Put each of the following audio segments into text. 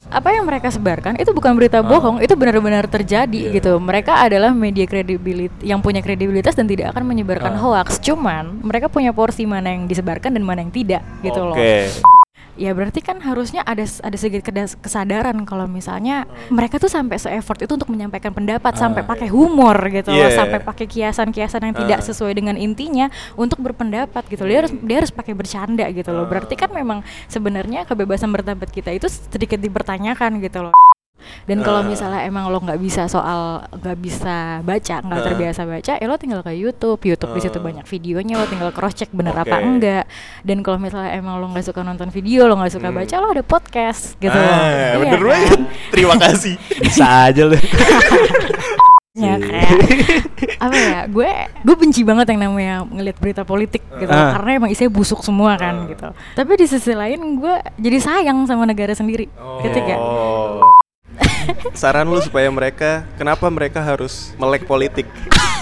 apa yang mereka sebarkan itu bukan berita bohong, itu benar-benar terjadi gitu. Mereka adalah media yang punya kredibilitas dan tidak akan menyebarkan hoax. Cuman mereka punya porsi mana yang disebarkan dan mana yang tidak gitu loh. Ya berarti kan harusnya ada sedikit kesadaran kalau misalnya mereka tuh sampai se-effort itu untuk menyampaikan pendapat, sampai pakai humor gitu loh, sampai pakai kiasan-kiasan yang tidak sesuai dengan intinya untuk berpendapat gitu. Dia harus pakai bercanda gitu loh. Berarti kan memang sebenarnya kebebasan berpendapat kita itu sedikit dipertanyakan gitu loh. Dan kalau misalnya emang lo nggak bisa baca, nggak terbiasa baca, ya lo tinggal ke YouTube di situ banyak videonya, lo tinggal cross check bener apa enggak. Dan kalau misalnya emang lo nggak suka nonton video, lo nggak suka baca, lo ada podcast gitu. Bener banget. Terima kasih. Bisa aja lo. Ya kayak apa ya, gue benci banget yang namanya ngelihat berita politik gitu karena emang isinya busuk semua kan gitu. Tapi di sisi lain gue jadi sayang sama negara sendiri ketika saran lu supaya kenapa mereka harus melek politik?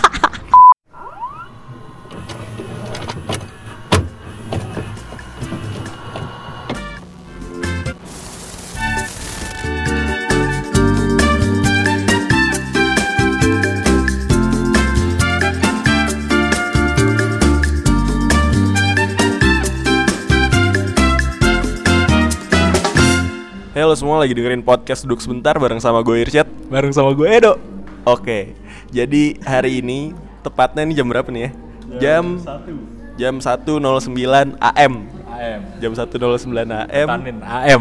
Halo semua, lagi dengerin podcast Duduk Sebentar bareng sama gue Irsyad, bareng sama gue Edo. Oke, jadi hari ini tepatnya ini jam berapa nih ya? Jam 1.09 AM. Jam 1.09 AM. Tanin AM.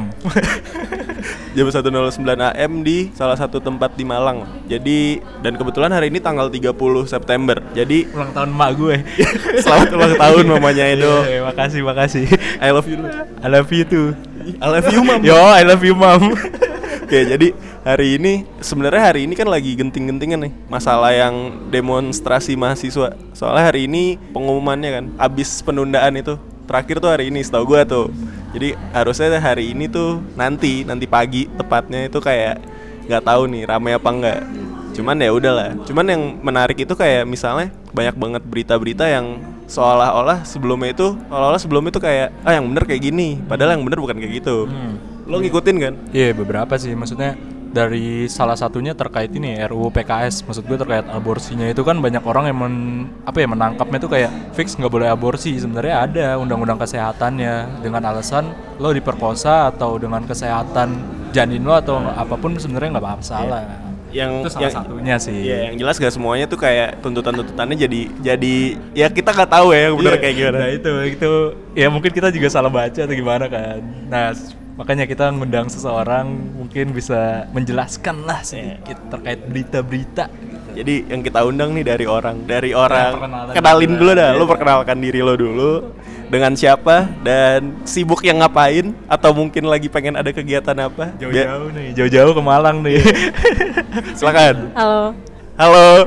Jam 1.09 AM di salah satu tempat di Malang. Jadi, dan kebetulan hari ini tanggal 30 September. Jadi ulang tahun emak gue. Selamat ulang tahun mamanya Edo. Makasih. I love you. I love you too. I love you mom. Yo, I love you mom. Oke, jadi hari ini kan lagi genting-gentingan nih masalah yang demonstrasi mahasiswa. Soalnya hari ini pengumumannya kan abis penundaan itu. Terakhir tuh hari ini setahu gue tuh. Jadi harusnya hari ini tuh nanti pagi tepatnya itu kayak nggak tahu nih ramai apa enggak. Cuman ya udahlah. Cuman yang menarik itu kayak misalnya banyak banget berita-berita yang seolah-olah sebelumnya itu kayak yang bener kayak gini, padahal yang bener bukan kayak gitu. Lo ngikutin kan? Iya, beberapa sih. Maksudnya dari salah satunya terkait ini RUU PKS. Maksud gue terkait aborsinya itu kan banyak orang yang menangkapnya tuh kayak fix nggak boleh aborsi. Sebenarnya ada undang-undang kesehatannya dengan alasan lo diperkosa atau dengan kesehatan janin lo atau apapun sebenarnya nggak masalah. Itu salah satunya sih. Iya, yang jelas gak semuanya tuh kayak tuntutannya jadi ya kita nggak tahu ya bener kayak gimana. Nah itu ya mungkin kita juga salah baca atau gimana kan. Nah makanya kita ngundang seseorang mungkin bisa menjelaskan lah sedikit terkait berita-berita. Jadi yang kita undang nih dari orang kenalin dulu dah. Lo perkenalkan diri lo dulu, dengan siapa dan sibuk yang ngapain atau mungkin lagi pengen ada kegiatan apa? Jauh-jauh ke Malang nih. Silakan. Halo.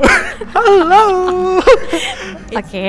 Oke,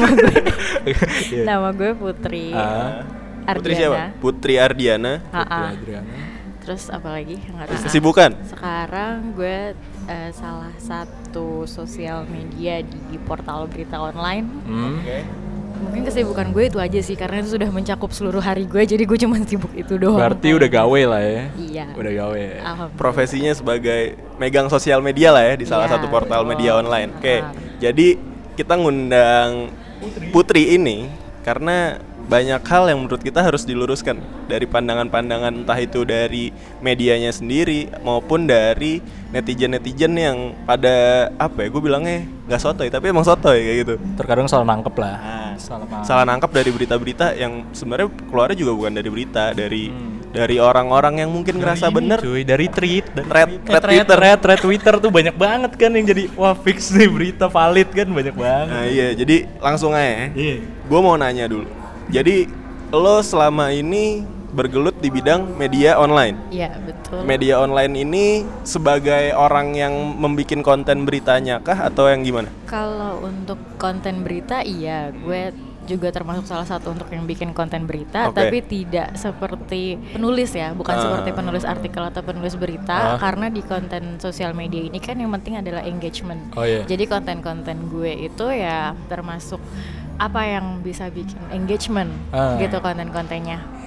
nama gue Putri. Putri siapa? Putri Ardiana. Terus apa lagi yang harus kesibukan? Sekarang gue salah satu sosial media di portal berita online. Mungkin kesibukan gue itu aja sih, karena itu sudah mencakup seluruh hari gue, jadi gue cuma sibuk itu doang. Berarti udah gawe lah ya? Iya. Udah gawe. Profesinya sebagai megang sosial media lah ya di salah satu portal media online. Oke. Jadi kita ngundang Putri ini karena banyak hal yang menurut kita harus diluruskan dari pandangan-pandangan, entah itu dari medianya sendiri maupun dari netizen yang pada gue bilangnya nggak sotoy tapi emang sotoy kayak gitu. Terkadang salah nangkep lah. Salah nangkep dari berita-berita yang sebenarnya keluarnya juga bukan dari berita, dari orang-orang yang mungkin ngerasa bener. Dari tweet, thread Twitter tuh banyak banget kan yang jadi wah fix nih berita valid kan banyak banget. Nah iya, jadi langsung aja. Gue mau nanya dulu. Jadi lo selama ini bergelut di bidang media online. Iya, betul. Media online ini sebagai orang yang membikin konten beritanya kah atau yang gimana? Kalau untuk konten berita iya, gue juga termasuk salah satu untuk yang bikin konten berita, tapi tidak seperti penulis ya, bukan seperti penulis artikel atau penulis berita, karena di konten sosial media ini kan yang penting adalah engagement. Jadi konten-konten gue itu ya termasuk apa yang bisa bikin engagement gitu konten-kontennya.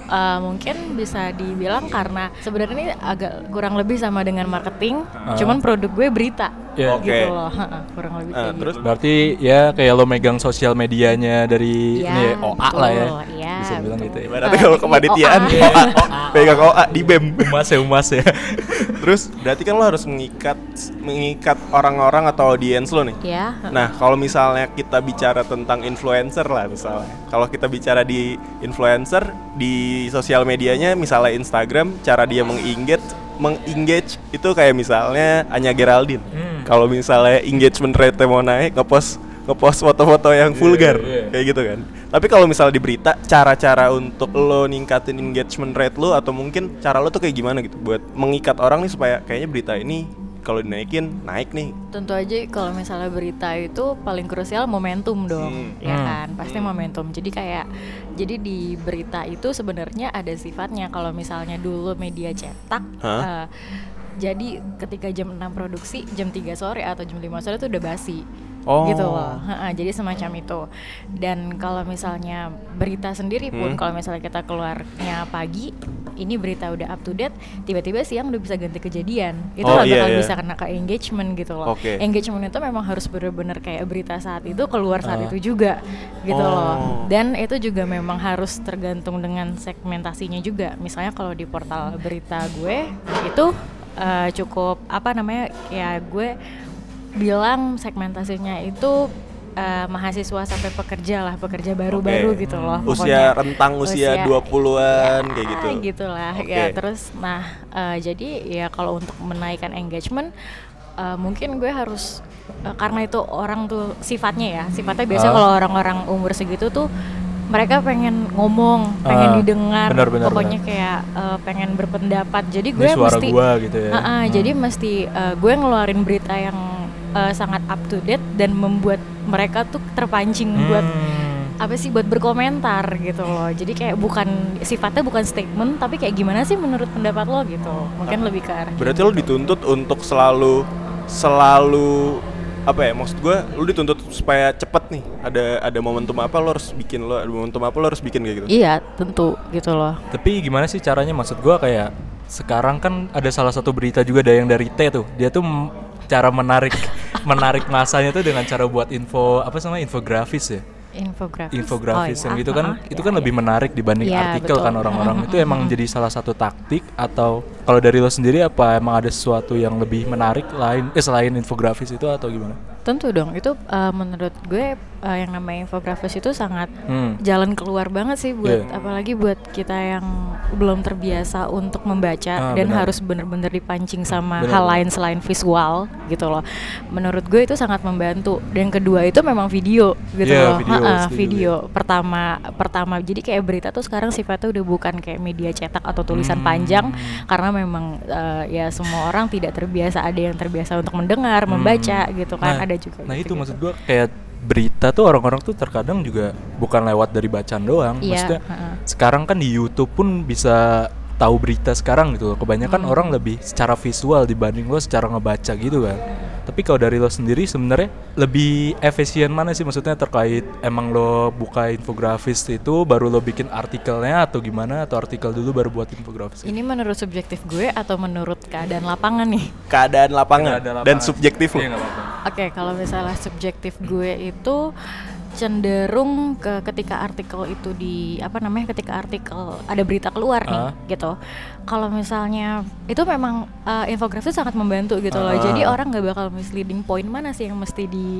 mungkin bisa dibilang karena sebenarnya ini agak kurang lebih sama dengan marketing, cuman produk gue berita. Yeah. Oke. Gitu loh, kurang lebih kayak Terus gitu. Berarti ya kayak lo megang sosial medianya dari Iya, ini OA lah ya. betul, iya, Bisa bilang betul. gitu ya. ibaratnya kalau kepanitiaan OA. OA, pegang OA di BEM. Umas ya. Terus berarti kan lo harus mengikat orang-orang atau audiens lo nih. Ya. Nah, kalau misalnya kita bicara tentang influencer lah misalnya. Kalau kita bicara di influencer di sosial medianya misalnya Instagram, cara dia mengengage itu kayak misalnya Anya Geraldine. Kalau misalnya engagement rate mau naik, ngepost foto-foto yang vulgar kayak gitu kan. Tapi kalau misalnya di berita, cara-cara untuk lo ningkatin engagement rate lo atau mungkin cara lo tuh kayak gimana gitu buat mengikat orang nih supaya kayaknya berita ini kalau dinaikin naik nih. Tentu aja kalau misalnya berita itu paling krusial momentum dong, ya kan? Pasti momentum. Jadi di berita itu sebenarnya ada sifatnya. Kalau misalnya dulu media cetak, jadi ketika jam 6 produksi, jam 3 sore atau jam 5 sore itu udah basi. Gitu loh. Jadi semacam itu. Dan kalau misalnya berita sendiri pun, kalau misalnya kita keluarnya pagi, ini berita udah up to date, tiba-tiba siang udah bisa ganti kejadian. Itu bakal bisa kena ke engagement gitu loh. Engagement itu memang harus benar-benar kayak berita saat itu keluar saat itu juga gitu loh. Dan itu juga memang harus tergantung dengan segmentasinya juga. Misalnya kalau di portal berita gue itu cukup ya gue bilang segmentasinya itu mahasiswa sampai pekerja baru-baru gitu loh. Usia rentang usia 20-an ya, kayak gitu. Gitulah ya. Terus jadi ya kalau untuk menaikkan engagement mungkin gue harus karena itu orang tuh sifatnya biasanya kalau orang-orang umur segitu tuh mereka pengen ngomong, pengen didengar, pokoknya kayak pengen berpendapat. Jadi gue mesti gitu ya. Jadi mesti gue ngeluarin berita yang sangat up to date dan membuat mereka tuh terpancing buat buat berkomentar gitu loh. Jadi kayak sifatnya bukan statement, tapi kayak gimana sih menurut pendapat lo gitu. Mungkin lebih ke arah. Berarti lo dituntut untuk selalu maksud gue lu dituntut supaya cepet nih, ada momentum apa lo harus bikin kayak gitu. Iya tentu gitu loh. Tapi gimana sih caranya, maksud gue kayak sekarang kan ada salah satu berita juga ada yang dari T tuh, dia tuh cara menarik masanya tuh dengan cara buat infografis ya. Infografis yang gitu kan, itu kan lebih menarik dibanding artikel, betul. Kan orang-orang itu emang jadi salah satu taktik, atau kalau dari lo sendiri apa emang ada sesuatu yang lebih menarik selain infografis itu atau gimana? Tentu dong, itu menurut gue yang namanya infografis itu sangat jalan keluar banget sih buat apalagi buat kita yang belum terbiasa untuk membaca dan harus benar-benar dipancing sama hal lain selain visual gitu loh. Menurut gue itu sangat membantu. Dan kedua itu memang video gitu loh. Video pertama jadi kayak berita tuh sekarang sifatnya udah bukan kayak media cetak atau tulisan panjang, karena memang ya semua orang tidak terbiasa, ada yang terbiasa untuk mendengar, membaca gitu kan. Ada juga itu maksud gue kayak berita tuh orang-orang tuh terkadang juga bukan lewat dari bacaan doang. Maksudnya sekarang kan di YouTube pun bisa tahu berita sekarang gitu. Kebanyakan orang lebih secara visual dibanding lo secara ngebaca gitu kan. Tapi kalau dari lo sendiri sebenarnya lebih efisien mana sih, maksudnya terkait emang lo buka infografis itu baru lo bikin artikelnya atau gimana, atau artikel dulu baru buat infografis? Ini menurut subjektif gue atau menurut keadaan lapangan nih? Keadaan lapangan dan subjektif lo. Oke, kalau misalnya subjektif gue itu cenderung ke ketika artikel itu ketika artikel ada berita keluar nih gitu. Kalau misalnya itu memang infografis sangat membantu gitu loh. Jadi orang nggak bakal misleading point mana sih yang mesti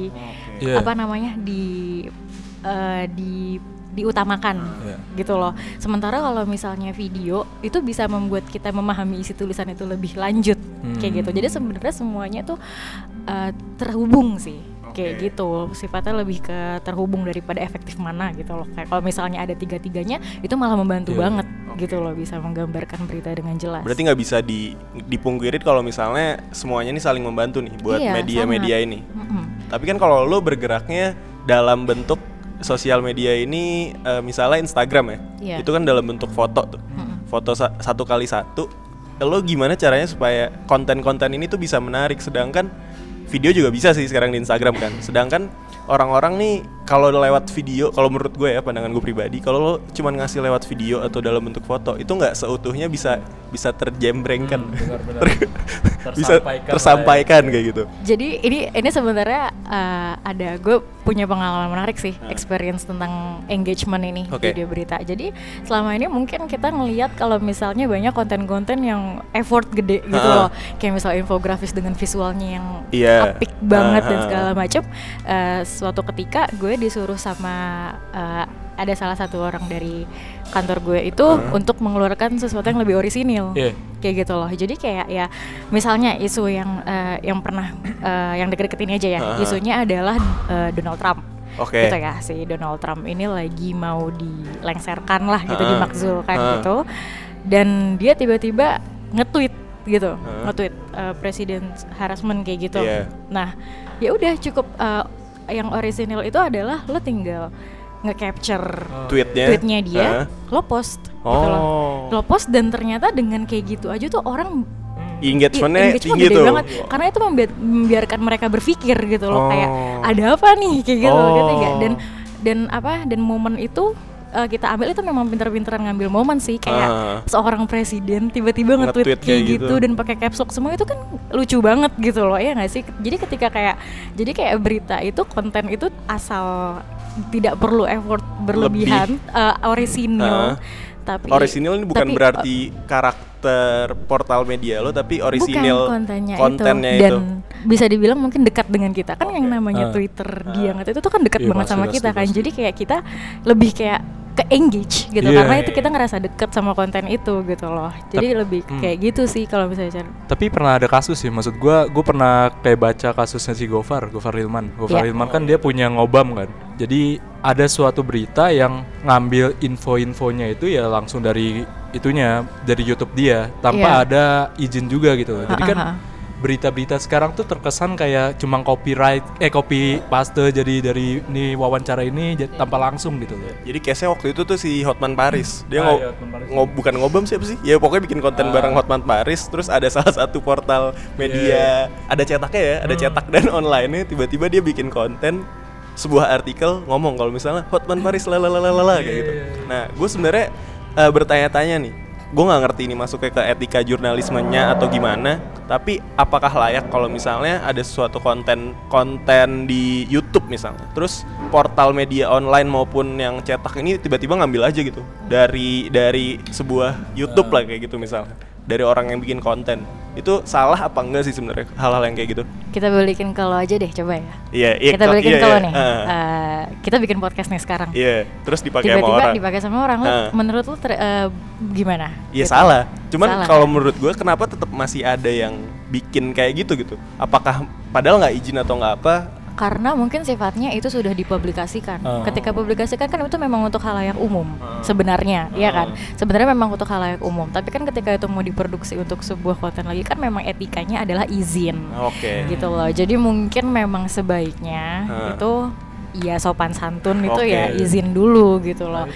diutamakan gitu loh. Sementara kalau misalnya video itu bisa membuat kita memahami isi tulisan itu lebih lanjut kayak gitu. Jadi sebenarnya semuanya tuh terhubung sih. Kayak gitu, sifatnya lebih ke terhubung daripada efektif mana gitu loh. Kayak kalau misalnya ada tiga-tiganya itu malah membantu banget gitu loh, bisa menggambarkan berita dengan jelas. Berarti nggak bisa dipungkirin kalau misalnya semuanya ini saling membantu nih buat media-media ini. Tapi kan kalau lo bergeraknya dalam bentuk sosial media ini, misalnya Instagram ya, itu kan dalam bentuk foto tuh, foto 1x1. Lo gimana caranya supaya konten-konten ini tuh bisa menarik, sedangkan video juga bisa sih sekarang di Instagram kan. Sedangkan orang-orang nih kalau lewat video, kalau menurut gue ya, pandangan gue pribadi, kalau lo cuman ngasih lewat video atau dalam bentuk foto, itu nggak seutuhnya bisa terjembrengkan, bisa tersampaikan kayak gitu. Jadi ini sebenarnya ada, gue punya pengalaman menarik sih, experience tentang engagement ini video berita. Jadi selama ini mungkin kita ngelihat kalau misalnya banyak konten-konten yang effort gede gitu loh, kayak misalnya infografis dengan visualnya yang apik banget dan segala macam. Suatu ketika gue disuruh sama ada salah satu orang dari kantor gue itu untuk mengeluarkan sesuatu yang lebih orisinil, kayak gitu loh. Jadi kayak ya misalnya isu yang pernah yang deket-deket ini aja ya, isunya adalah Donald Trump. Gitu ya, si Donald Trump ini lagi mau dilengserkan lah gitu, dimakzulkan gitu, dan dia tiba-tiba nge-tweet gitu, presiden harassment kayak gitu. Nah ya udah cukup, yang orisinil itu adalah lo tinggal nge-capture tweetnya dia, lo post gitu loh. Lo post dan ternyata dengan kayak gitu aja tuh orang engagementnya tinggi gede tuh banget. Karena itu membiarkan mereka berpikir gitu loh, kayak ada apa nih kayak gitu, gitu enggak. Dan momen itu kita ambil itu memang pintar-pintaran ngambil momen sih, kayak seorang presiden tiba-tiba nge-tweet kayak gitu dan pakai caps lock semua, itu kan lucu banget gitu loh, ya nggak sih? Jadi ketika kayak berita itu, konten itu asal tidak perlu effort berlebihan, orisinil. Tapi orisinil ini bukan berarti karakter portal media lo, tapi orisinil kontennya itu. Dan bisa dibilang mungkin dekat dengan kita kan, yang namanya Twitter dia itu tuh kan dekat banget sama kita kan. Jadi kayak kita lebih kayak ke engage gitu, karena itu kita ngerasa deket sama konten itu gitu loh. Jadi lebih kayak gitu sih kalau misalnya. Tapi pernah ada kasus sih, maksud gue pernah kayak baca kasusnya si Gofar Hilman kan dia punya ngobam kan. Jadi ada suatu berita yang ngambil info-infonya itu ya langsung dari itunya, dari YouTube dia tanpa ada izin juga gitu. Jadi kan berita-berita sekarang tuh terkesan kayak cuma copy paste jadi dari ini wawancara ini tanpa langsung gitu loh. Jadi case-nya waktu itu tuh si Hotman Paris, dia bukan ngobam siapa sih? Ya pokoknya bikin konten bareng Hotman Paris, terus ada salah satu portal media, ada cetaknya ya, ada cetak dan online-nya, tiba-tiba dia bikin konten sebuah artikel ngomong kalau misalnya Hotman Paris lalalala kayak gitu. Nah, gue sebenarnya bertanya-tanya nih, gue nggak ngerti ini masuknya ke etika jurnalismenya atau gimana, tapi apakah layak kalau misalnya ada suatu konten di YouTube misalnya, terus portal media online maupun yang cetak ini tiba-tiba ngambil aja gitu dari sebuah YouTube lah kayak gitu misalnya, dari orang yang bikin konten. Itu salah apa enggak sih sebenarnya hal-hal yang kayak gitu? Kita balikin ke lo aja deh, coba ya. Iya, kita balikin ke lo nih. Kita bikin podcast nih sekarang. Iya, terus dipakai sama orang. Tiba-tiba dipakai sama orang. Menurut lo gimana? Iya gitu. Salah. Cuman kalau menurut gue kenapa tetap masih ada yang bikin kayak gitu? Apakah padahal nggak izin atau nggak apa? Karena mungkin sifatnya itu sudah dipublikasikan. Ketika publikasikan kan itu memang untuk khalayak umum sebenarnya, ya kan? Sebenarnya memang untuk khalayak umum. Tapi kan ketika itu mau diproduksi untuk sebuah konten lagi kan memang etikanya adalah izin. Gitu loh. Jadi mungkin memang sebaiknya itu ya sopan santun itu ya izin dulu gitu loh.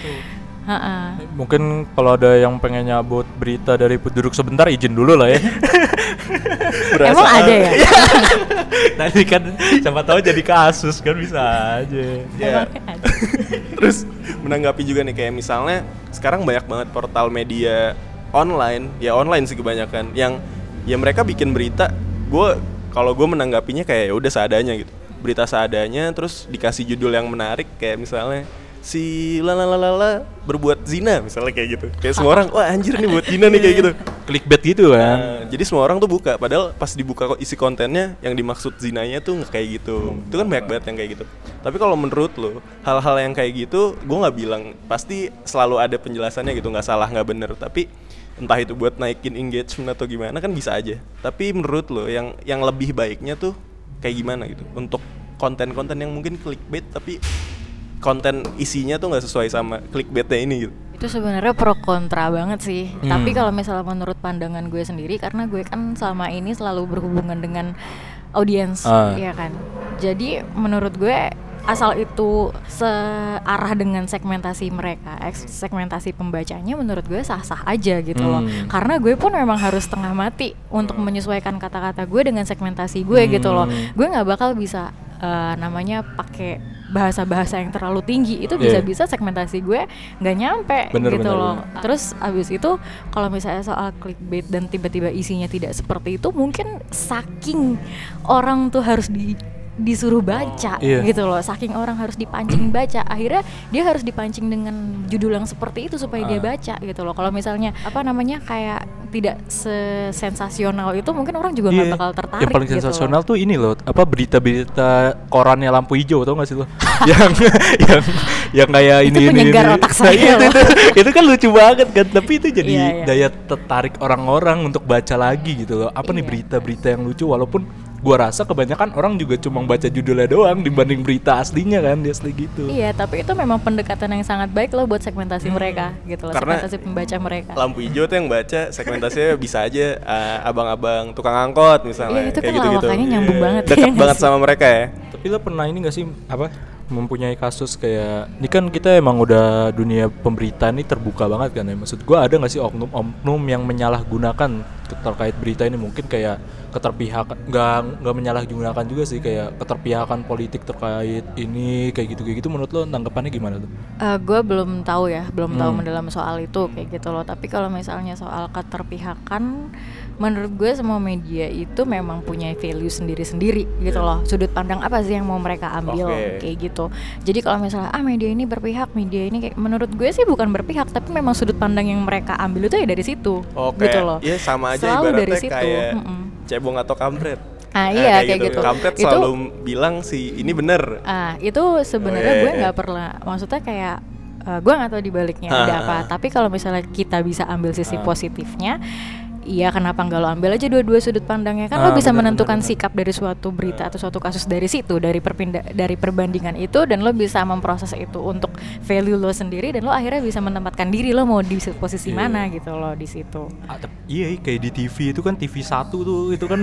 Mungkin kalau ada yang pengen nyabut berita dari duduk sebentar, izin dulu lah ya. Emang ada ya? Nanti kan siapa tahu jadi kasus kan, bisa aja. Ya. Terus menanggapi juga nih, kayak misalnya sekarang banyak banget portal media online sih kebanyakan, yang ya mereka bikin berita, kalau gue menanggapinya kayak ya udah seadanya gitu, berita seadanya, terus dikasih judul yang menarik kayak misalnya si lalalala berbuat zina misalnya kayak gitu. Kayak semua orang, wah anjir nih buat zina nih kayak gitu. Clickbait gitu kan. Jadi semua orang tuh buka, padahal pas dibuka isi kontennya yang dimaksud zinanya tuh nggak kayak gitu. Itu kan banyak banget yang kayak gitu. Tapi kalau menurut lo, hal-hal yang kayak gitu, gue nggak bilang pasti selalu ada penjelasannya gitu, nggak salah nggak bener. Tapi entah itu buat naikin engagement atau gimana kan bisa aja. Tapi menurut lo yang lebih baiknya tuh kayak gimana gitu untuk konten-konten yang mungkin clickbait tapi konten isinya tuh nggak sesuai sama clickbaitnya ini gitu. Itu sebenarnya pro kontra banget sih. Tapi kalau misalnya menurut pandangan gue sendiri, karena gue kan selama ini selalu berhubungan dengan audiens, ya kan. Jadi menurut gue asal itu searah dengan segmentasi mereka, segmentasi pembacanya, menurut gue sah-sah aja gitu loh. Karena gue pun memang harus setengah mati untuk menyesuaikan kata-kata gue dengan segmentasi gue gitu loh. Gue nggak bakal bisa namanya pakai bahasa-bahasa yang terlalu tinggi itu bisa-bisa segmentasi gue nggak nyampe gitu loh. Terus abis itu kalau misalnya soal clickbait dan tiba-tiba isinya tidak seperti itu, mungkin saking orang tuh harus disuruh baca gitu loh, saking orang harus dipancing baca, akhirnya dia harus dipancing dengan judul yang seperti itu supaya dia baca gitu loh. Kalau misalnya kayak tidak sesensasional itu, mungkin orang juga nggak bakal tertarik. Yang paling gitu sensasional loh. tuh ini loh, berita-berita korannya lampu hijau, tau gak sih lo? yang kayak itu ini penyegar otak saya loh. Itu kan lucu banget kan, tapi itu jadi daya tertarik orang-orang untuk baca lagi gitu loh. Apa nih berita-berita yang lucu, walaupun gua rasa kebanyakan orang juga cuma baca judulnya doang dibanding berita aslinya kan, dia asli gitu. Iya, tapi itu memang pendekatan yang sangat baik loh buat segmentasi mereka gitu loh, Karena segmentasi pembaca mereka. Lampu hijau tuh yang baca segmentasinya bisa aja abang-abang tukang angkot misalnya. Iya, itu kayak kan gitu-gitu. lawakannya nyambung banget. Dekat ya banget sih? sama mereka ya. Tapi lo pernah ini gak sih mempunyai kasus kayak ini, kan kita emang udah dunia pemberitaan ini terbuka banget kan ya. Maksud gua ada gak sih oknum-oknum yang menyalahgunakan terkait berita ini, mungkin kayak keterpihakan, nggak menyalahgunakan juga sih, kayak keterpihakan politik terkait ini kayak gitu. Menurut lo tanggapannya gimana tuh? Gue belum tahu tahu mendalam soal itu kayak gitu loh. Tapi kalau misalnya soal keterpihakan, menurut gue semua media itu memang punya value sendiri-sendiri gitu loh. Sudut pandang apa sih yang mau mereka ambil kayak gitu. Jadi kalau misalnya media ini berpihak, media ini kayak, menurut gue sih bukan berpihak, tapi memang sudut pandang yang mereka ambil itu ya dari situ gitu loh. Iya, sama aja selalu dari ibaratnya situ. kayak cebong atau kampret. Iya kayak gitu. Kampret itu, selalu bilang sih ini bener. Itu sebenarnya gue nggak pernah, maksudnya kayak gue nggak tahu di baliknya ada apa. Tapi kalau misalnya kita bisa ambil sisi positifnya, iya kenapa nggak lo ambil aja dua-dua sudut pandangnya, kan lo bisa menentukan sikap dari suatu berita atau suatu kasus dari situ, dari perbandingan itu, dan lo bisa memproses itu untuk value lo sendiri, dan lo akhirnya bisa menempatkan diri lo mau di posisi mana gitu lo di situ. Iya, kayak di TV itu kan, TV 1 tuh itu kan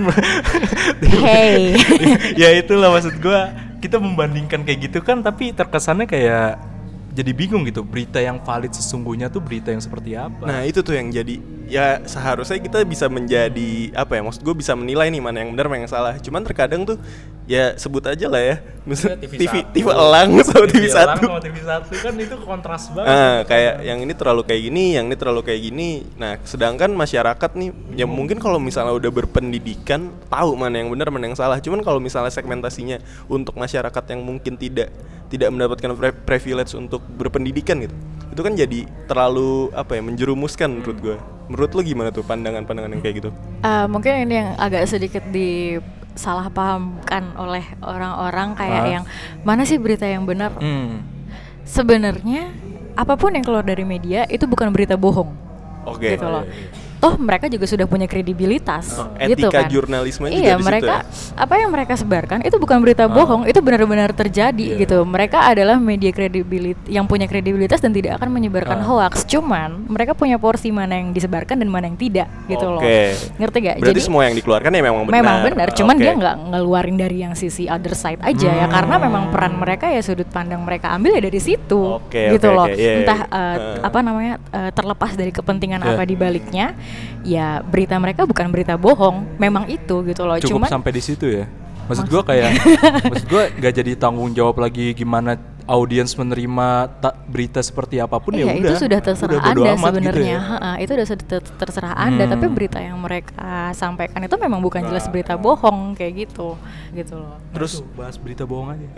hey. Ya itulah maksud gua, kita membandingkan kayak gitu kan, tapi terkesannya kayak jadi bingung gitu, berita yang valid sesungguhnya tuh berita yang seperti apa. Nah itu tuh yang jadi, ya seharusnya kita bisa menjadi maksud gue bisa menilai nih mana yang benar mana yang salah. Cuman terkadang tuh ya sebut aja lah ya, misalnya TV elang sama TV 1 kan itu kontras banget. Kayak yang ini terlalu kayak gini, yang ini terlalu kayak gini. Nah sedangkan masyarakat nih ya mungkin kalau misalnya udah berpendidikan tahu mana yang benar mana yang salah. Cuman kalau misalnya segmentasinya untuk masyarakat yang mungkin tidak mendapatkan privilege untuk berpendidikan gitu, itu kan jadi terlalu menjerumuskan menurut gue. Menurut lo gimana tuh pandangan-pandangan yang kayak gitu? Mungkin ini yang agak sedikit disalahpahamkan oleh orang-orang kayak yang mana sih berita yang benar? Sebenarnya apapun yang keluar dari media itu bukan berita bohong. Gitu loh. Toh mereka juga sudah punya kredibilitas gitu etika kan. jurnalisme juga Iya, di mereka situ ya? apa yang mereka sebarkan itu bukan berita bohong, itu benar-benar terjadi gitu. Mereka adalah media yang punya kredibilitas dan tidak akan menyebarkan hoax. Cuman mereka punya porsi mana yang disebarkan dan mana yang tidak gitu loh. Ngerti gak? Berarti Jadi semua yang dikeluarkan ya memang benar. Memang benar, cuman dia nggak ngeluarin dari yang sisi other side aja ya, karena memang peran mereka ya sudut pandang mereka ambil ya dari situ gitu loh. Entah terlepas dari kepentingan apa di baliknya, ya berita mereka bukan berita bohong, memang itu gitu loh. Cukup cuman sampai di situ ya. Maksud gue nggak jadi tanggung jawab lagi gimana audiens menerima berita seperti apapun. Ya udah, itu sudah terserah Anda sebenarnya gitu ya. Itu sudah terserah Anda, tapi berita yang mereka sampaikan itu memang bukan jelas berita bohong kayak gitu loh. Terus bahas berita bohong aja.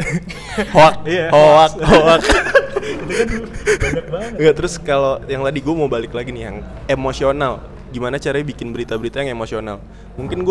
Hoax. Itu kan banyak banget. Enggak, terus kalau yang tadi gue mau balik lagi nih yang emosional. Gimana caranya bikin berita-berita yang emosional? Mungkin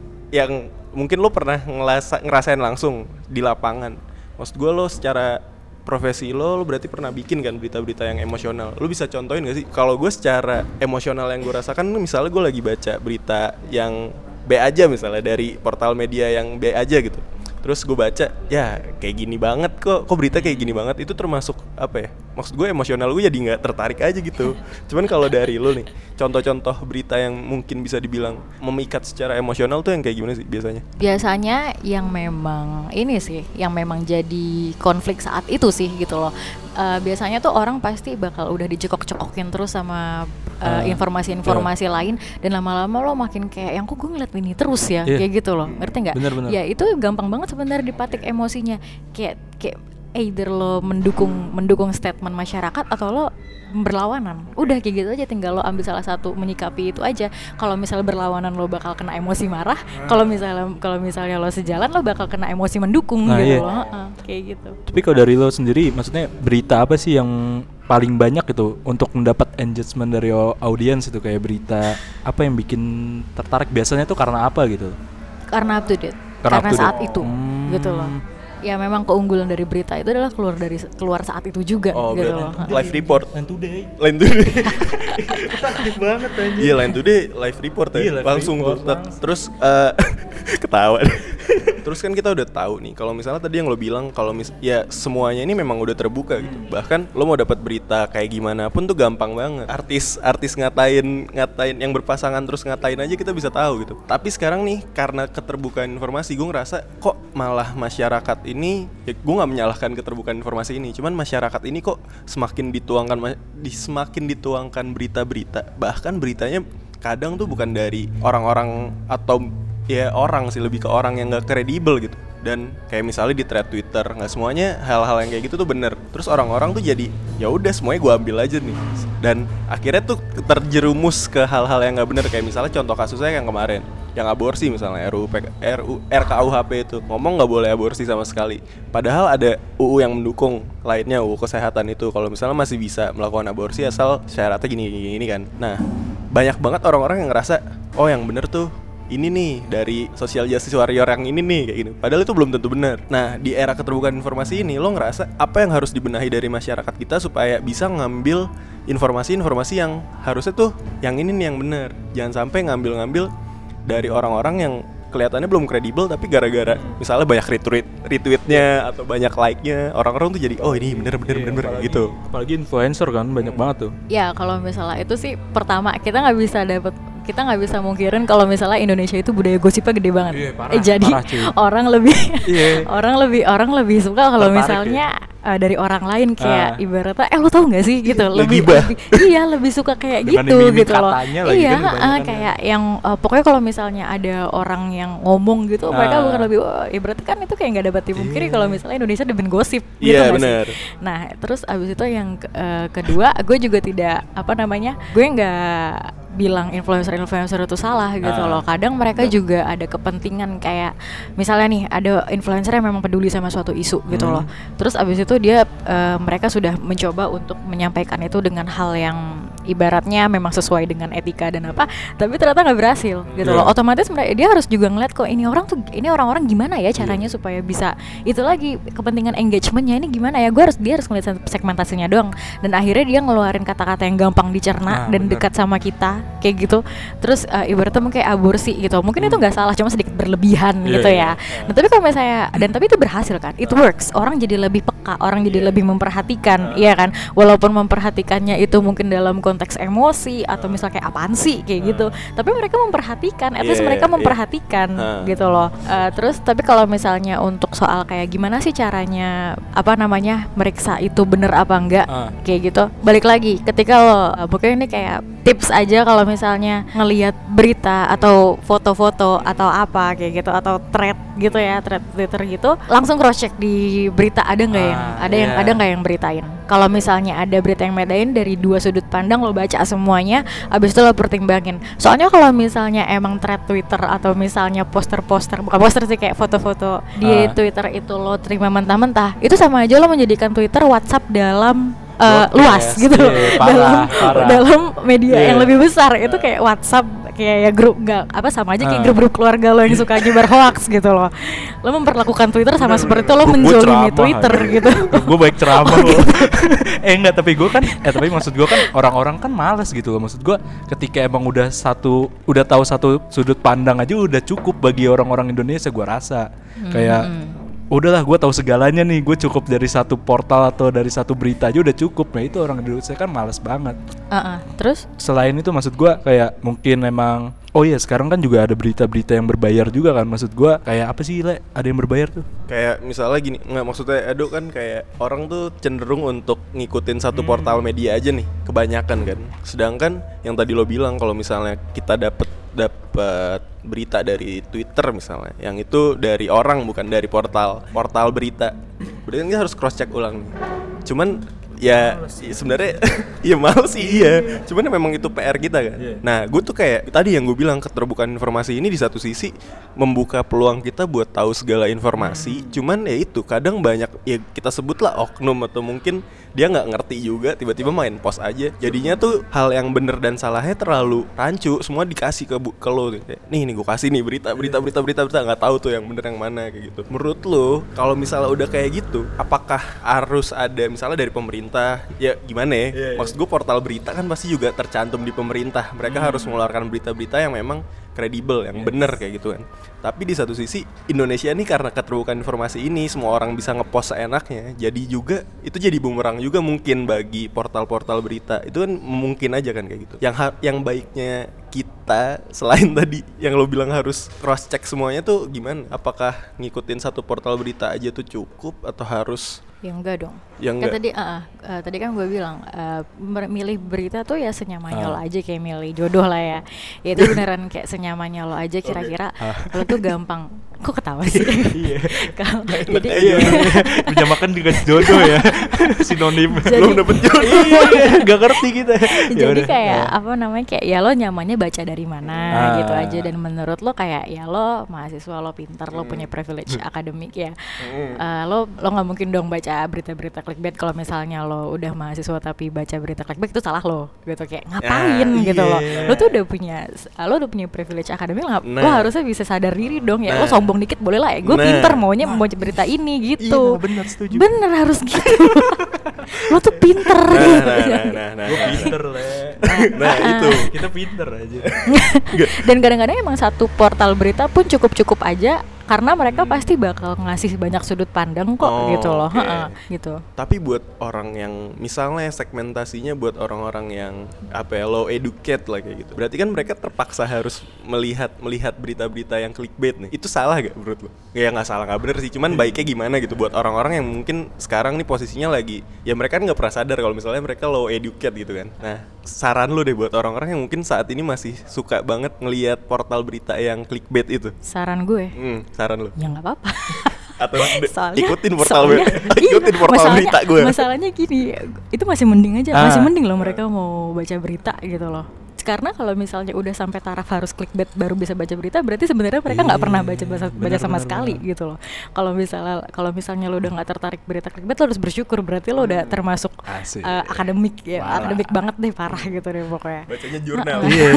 lo pernah ngerasain langsung di lapangan. Maksud gue lo secara profesi lo berarti pernah bikin kan berita-berita yang emosional. Lo bisa contohin gak sih? Kalau gue secara emosional yang gue rasakan, misalnya gue lagi baca berita yang B aja misalnya dari portal media yang B aja gitu. Terus gue baca, ya kayak gini banget kok berita kayak gini banget. Itu termasuk maksud gue emosional gue jadi gak tertarik aja gitu. Cuman kalau dari lo nih, contoh-contoh berita yang mungkin bisa dibilang memikat secara emosional tuh yang kayak gimana sih biasanya? Biasanya yang memang ini sih, yang memang jadi konflik saat itu sih gitu loh. Biasanya tuh orang pasti bakal udah dicekok-cekokin terus sama informasi-informasi lain, dan lama-lama lo makin kayak yang kok gue ngeliat ini terus ya, kayak gitu loh, ngerti nggak? Bener. Ya itu gampang banget sebenarnya dipatik emosinya, kayak either lo mendukung statement masyarakat atau lo berlawanan. Udah kayak gitu aja, tinggal lo ambil salah satu, menyikapi itu aja. Kalau misalnya berlawanan lo bakal kena emosi marah, kalau misalnya lo sejalan lo bakal kena emosi mendukung gitu loh. Kayak gitu. Tapi kalau dari lo sendiri, maksudnya berita apa sih yang paling banyak itu untuk mendapat engagement dari audiens itu, kayak berita apa yang bikin tertarik biasanya tuh karena apa gitu? Karena up to date. Karena saat itu gitu loh. Ya memang keunggulan dari berita itu adalah keluar saat itu juga gitu loh. Live report. Line Today. Aktif banget anjir. Iya, Line Today live report ya. Iya, langsung tuh. Terus ketawa. Terus kan kita udah tahu nih kalau misalnya tadi yang lo bilang kalau ya semuanya ini memang udah terbuka gitu. Bahkan lo mau dapat berita kayak gimana pun tuh gampang banget. Artis ngatain yang berpasangan terus ngatain aja kita bisa tahu gitu. Tapi sekarang nih karena keterbukaan informasi, gue ngerasa kok malah masyarakat ini, ya gue nggak menyalahkan keterbukaan informasi ini, cuman masyarakat ini kok semakin dituangkan berita-berita, bahkan beritanya kadang tuh bukan dari orang-orang atau ya orang sih, lebih ke orang yang nggak kredibel gitu. Dan kayak misalnya di thread Twitter, nggak semuanya hal-hal yang kayak gitu tuh bener. Terus orang-orang tuh jadi ya udah semuanya gue ambil aja nih. Dan akhirnya tuh terjerumus ke hal-hal yang nggak bener. Kayak misalnya contoh kasusnya yang kemarin, yang aborsi misalnya, RKUHP itu ngomong nggak boleh aborsi sama sekali. Padahal ada UU yang mendukung lainnya, UU kesehatan itu kalau misalnya masih bisa melakukan aborsi asal syaratnya gini kan. Nah banyak banget orang-orang yang ngerasa oh yang bener tuh ini nih dari social justice warrior yang ini nih kayak gini. Padahal itu belum tentu benar. Nah di era keterbukaan informasi ini lo ngerasa apa yang harus dibenahi dari masyarakat kita supaya bisa ngambil informasi-informasi yang harusnya tuh yang ini nih yang benar. Jangan sampai ngambil dari orang-orang yang kelihatannya belum kredibel tapi gara-gara misalnya banyak retweetnya atau banyak like-nya, orang-orang tuh jadi oh ini bener gitu. Apalagi influencer kan banyak banget tuh. Ya kalau misalnya itu sih pertama kita nggak bisa mungkirin kalau misalnya Indonesia itu budaya gosipnya gede banget. Jadi orang lebih suka kalau misalnya dari orang lain kayak ibaratnya lo tau nggak sih gitu, lebih suka kayak gitu loh. Iya kayak yang pokoknya kalau misalnya ada orang yang ngomong gitu mereka bukan lebih berarti kan itu kayak nggak dapat dipungkiri kalau misalnya Indonesia demen gosip gitu nggak sih. Nah terus abis itu yang kedua gue juga tidak gue nggak bilang influencer itu salah gitu loh. Kadang mereka juga ada kepentingan, kayak misalnya nih ada influencer yang memang peduli sama suatu isu gitu loh. Terus abis itu dia mereka sudah mencoba untuk menyampaikan itu dengan hal yang ibaratnya memang sesuai dengan etika dan apa, tapi ternyata nggak berhasil gitu loh. Otomatis dia harus juga ngeliat kok ini orang-orang gimana ya caranya supaya bisa itu lagi kepentingan engagementnya ini gimana ya. Dia harus ngeliat segmentasinya doang, dan akhirnya dia ngeluarin kata-kata yang gampang dicerna dan dekat sama kita kayak gitu. Terus ibaratnya mungkin aborsi gitu, mungkin itu nggak salah, cuma sedikit berlebihan gitu ya. Nah tapi kalau misalnya tapi itu berhasil kan, it works, orang jadi lebih peka, orang jadi lebih memperhatikan, iya kan, walaupun memperhatikannya itu mungkin dalam konteks emosi atau misalnya kayak apaan sih kayak gitu, tapi mereka memperhatikan, at least mereka memperhatikan gitu loh. Terus tapi kalau misalnya untuk soal kayak gimana sih caranya meriksa itu bener apa enggak kayak gitu, balik lagi ketika lo pokoknya ini kayak tips aja kalau misalnya ngelihat berita atau foto-foto atau apa kayak gitu atau thread gitu ya, thread Twitter gitu, langsung cross check di berita ada nggak ada nggak yang beritain. Kalau misalnya ada berita yang bedain dari dua sudut pandang, lo baca semuanya, abis itu lo pertimbangin. Soalnya kalau misalnya emang thread Twitter atau misalnya bukan poster sih, kayak foto-foto di Twitter itu lo terima mentah-mentah, itu sama aja lo menjadikan Twitter WhatsApp dalam luas gitu loh, dalam media yang lebih besar. Itu kayak WhatsApp kayak ya grup sama aja kayak grup keluarga lo yang suka nyebar hoax gitu loh. Lo memperlakukan Twitter sama seperti itu lo menjolimi Twitter gitu. Gue baik ceramah loh. Enggak, tapi maksud gue kan orang-orang kan malas gitu loh. Maksud gue ketika emang udah tahu satu sudut pandang aja udah cukup bagi orang-orang Indonesia, gue rasa kayak udahlah, gue tahu segalanya nih, gue cukup dari satu portal atau dari satu berita aja udah cukup. Nah itu orang Indonesia kan malas banget. Terus selain itu maksud gue kayak mungkin emang sekarang kan juga ada berita-berita yang berbayar juga kan. Maksud gue kayak apa sih ada yang berbayar tuh? Kayak misalnya gini, nggak maksudnya kan kayak orang tuh cenderung untuk ngikutin satu portal media aja nih kebanyakan kan. Sedangkan yang tadi lo bilang kalau misalnya kita dapat berita dari Twitter misalnya, yang itu dari orang bukan dari portal berita, berarti kan kita harus cross check ulang nih. Cuman ya sebenarnya ya males sih iya. Cuman memang itu PR kita kan. Nah, gue tuh kayak tadi yang gue bilang, keterbukaan informasi ini di satu sisi membuka peluang kita buat tahu segala informasi. Cuman ya itu kadang banyak ya kita sebutlah oknum atau mungkin dia nggak ngerti juga tiba-tiba main post aja. Jadinya tuh hal yang bener dan salahnya terlalu rancu, semua dikasih ke lo kayak, nih gue kasih nih berita nggak tahu tuh yang bener yang mana kayak gitu. Menurut lo kalau misalnya udah kayak gitu, apakah harus ada misalnya dari pemerintah ya gimana ya? Maksud gue portal berita kan pasti juga tercantum di pemerintah. Mereka harus mengeluarkan berita-berita yang memang kredibel, yang benar kayak gitu kan. Tapi di satu sisi Indonesia nih karena keterbukaan informasi ini semua orang bisa ngepost seenaknya, jadi juga itu jadi bumerang juga mungkin bagi portal-portal berita. Itu kan mungkin aja kan kayak gitu. Yang baiknya kita selain tadi yang lo bilang harus cross check semuanya tuh gimana? Apakah ngikutin satu portal berita aja tuh cukup atau harus? Ya enggak dong. Ya enggak. Kan tadi kan gue bilang milih berita tuh ya senyamannya lo aja, kayak milih jodoh lah ya. Ya itu beneran kayak senyamannya lo aja, kira-kira lo tuh gampang. Kok ketawa sih? Jadi menyamakan dengan jodoh ya. Sinonim. Belum dapet jodoh. Gak ngerti kita. Jadi kayak apa namanya, kayak ya lo nyamannya baca dari mana gitu aja. Dan menurut lo kayak ya lo mahasiswa, lo pintar, lo punya privilege akademik ya. Lo nggak mungkin dong baca berita-berita clickbait. Kalau misalnya lo udah mahasiswa tapi baca berita clickbait, itu salah lo gitu, kayak ngapain gitu lo. Lo tuh udah punya privilege akademik, lo harusnya bisa sadar diri dong ya. Lo sombong dikit boleh lah ya, gue pinter maunya mau berita ini gitu. Iya, bener, setuju. Bener harus gitu. Lo tuh pinter. Gue pinter lah. Nah itu kita pinter aja. Dan kadang-kadang emang satu portal berita pun cukup aja, karena mereka pasti bakal ngasih banyak sudut pandang kok gitu loh. Gitu. Tapi buat orang yang misalnya segmentasinya buat orang-orang yang low educate lah kayak gitu, berarti kan mereka terpaksa harus melihat berita-berita yang clickbait nih. Itu salah gak menurut lo? Ya nggak salah, nggak bener sih, cuman baiknya gimana gitu buat orang-orang yang mungkin sekarang nih posisinya lagi ya mereka nggak pernah sadar kalau misalnya mereka low educate gitu kan. Nah, saran lo deh buat orang-orang yang mungkin saat ini masih suka banget ngelihat portal berita yang clickbait itu. Saran gue? Saran lo? Ya nggak apa-apa. Atau soalnya, ikutin portal berita gue. Masalahnya gini, itu masih mending aja, masih mending loh mereka mau baca berita gitu loh. Karena kalau misalnya udah sampai taraf harus clickbait baru bisa baca berita, berarti sebenarnya mereka nggak pernah baca sama sekali gitu loh. Kalau misalnya lo udah nggak tertarik berita clickbait, lo harus bersyukur, berarti lo udah termasuk akademik ya, akademik banget deh, parah gitu deh pokoknya. Bacanya jurnal.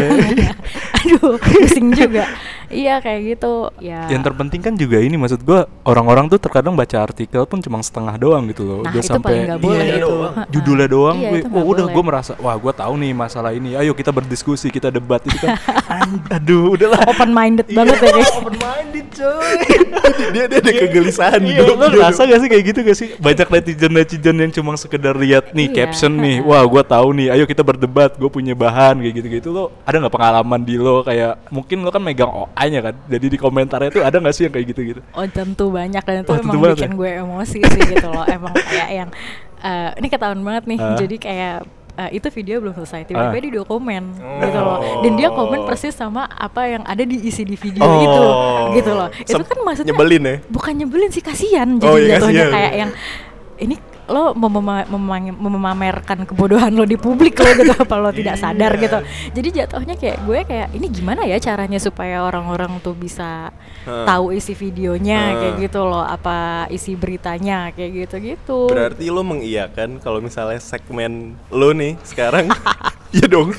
Aduh, pusing juga. Iya kayak gitu. Ya. Yang terpenting kan juga ini, maksud gue orang-orang tuh terkadang baca artikel pun cuma setengah doang gitu loh. Nah, udah itu sampai paling nggak boleh itu. Judulnya doang, udah boleh. gue merasa wah gue tahu nih masalah ini. Ayo kita berdiskusi, kita debat itu kan. Aduh, udahlah. Open minded banget ya guys. Open minded coy. dia ada kegelisahan gitu. Lo ngerasa gak sih kayak gitu gak sih? Banyak netizen yang cuma sekedar lihat nih caption nih. Wah, gue tahu nih. Ayo kita berdebat. Gue punya bahan kayak gitu-gitu. Lo ada nggak pengalaman di lo kayak mungkin lo kan megang OA-nya kan. Jadi di komentarnya tuh ada nggak sih yang kayak gitu-gitu? Oh tentu banyak, dan itu emang bikin gue emosi sih gitu loh. Emang kayak yang ini ketahuan banget nih. Jadi kayak itu video belum selesai, tiba-tiba dia udah komen gitu loh, dan dia komen persis sama apa yang ada di isi di video itu gitu loh. Itu kan maksudnya nyebelin ya? Bukan nyebelin sih, kasihan. Jadi jatuhnya kayak yang ini lo memamerkan kebodohan lo di publik lo gitu, apa lo tidak sadar gitu. Jadi jatuhnya kayak gue kayak ini gimana ya caranya supaya orang-orang tuh bisa tahu isi videonya kayak gitu loh, apa isi beritanya kayak gitu-gitu. Berarti lo mengiyakan kalau misalnya segmen lo nih sekarang Iya dong.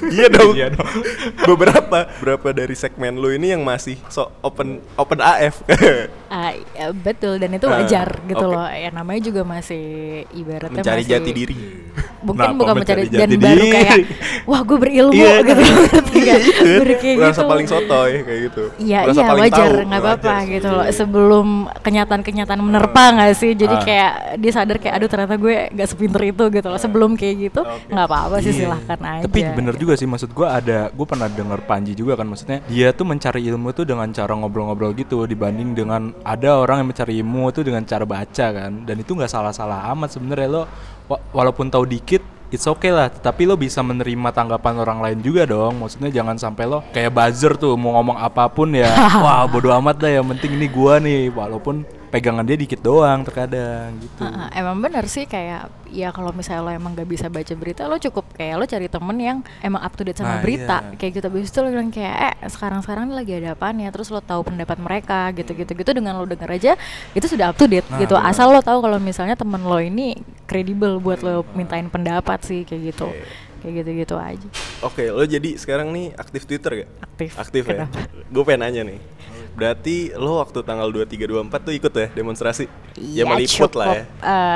Beberapa dari segmen lo ini yang masih open AF. Ya, betul, dan itu wajar gitu loh. Ya namanya juga masih ibaratnya mencari masih jati diri. Mungkin bukan mencari dan baru kayak wah gue berilmu gitu. Merasa paling sotoy kayak gitu. Iya wajar, nggak apa-apa gitu loh. Sebelum kenyataan menerpa nggak sih. Jadi kayak dia sadar kayak aduh ternyata gue nggak sepinter itu gitu loh. Sebelum kayak gitu nggak apa-apa sih, silahkan aja. Tapi bener juga sih, maksud gue gue pernah denger Panji juga kan, maksudnya dia tuh mencari ilmu tuh dengan cara ngobrol-ngobrol gitu, dibanding dengan ada orang yang mencari ilmu tuh dengan cara baca kan. Dan itu nggak salah-salah amat sebenarnya. Lo walaupun tahu dikit it's okay lah, tapi lo bisa menerima tanggapan orang lain juga dong. Maksudnya jangan sampai lo kayak buzzer tuh mau ngomong apapun ya wah bodo amat dah, yang penting ini gua nih, walaupun pegangan dia dikit doang terkadang gitu. Emang bener sih kayak ya kalau misalnya lo emang gak bisa baca berita, lo cukup kayak lo cari temen yang emang up to date sama berita kayak gitu. Habis itu lo bilang kayak sekarang lagi ada apaan ya, terus lo tahu pendapat mereka gitu dengan lo denger aja itu sudah up to date gitu. Asal lo tahu kalau misalnya temen lo ini kredibel buat lo mintain pendapat sih kayak gitu. Kayak gitu-gitu aja. Oke, lo jadi sekarang nih aktif Twitter gak? Aktif ya? Kenapa? Gue pengen nanya nih, berarti lo waktu tanggal 23-24 tuh ikut ya demonstrasi? Ya meliput cukup, lah ya.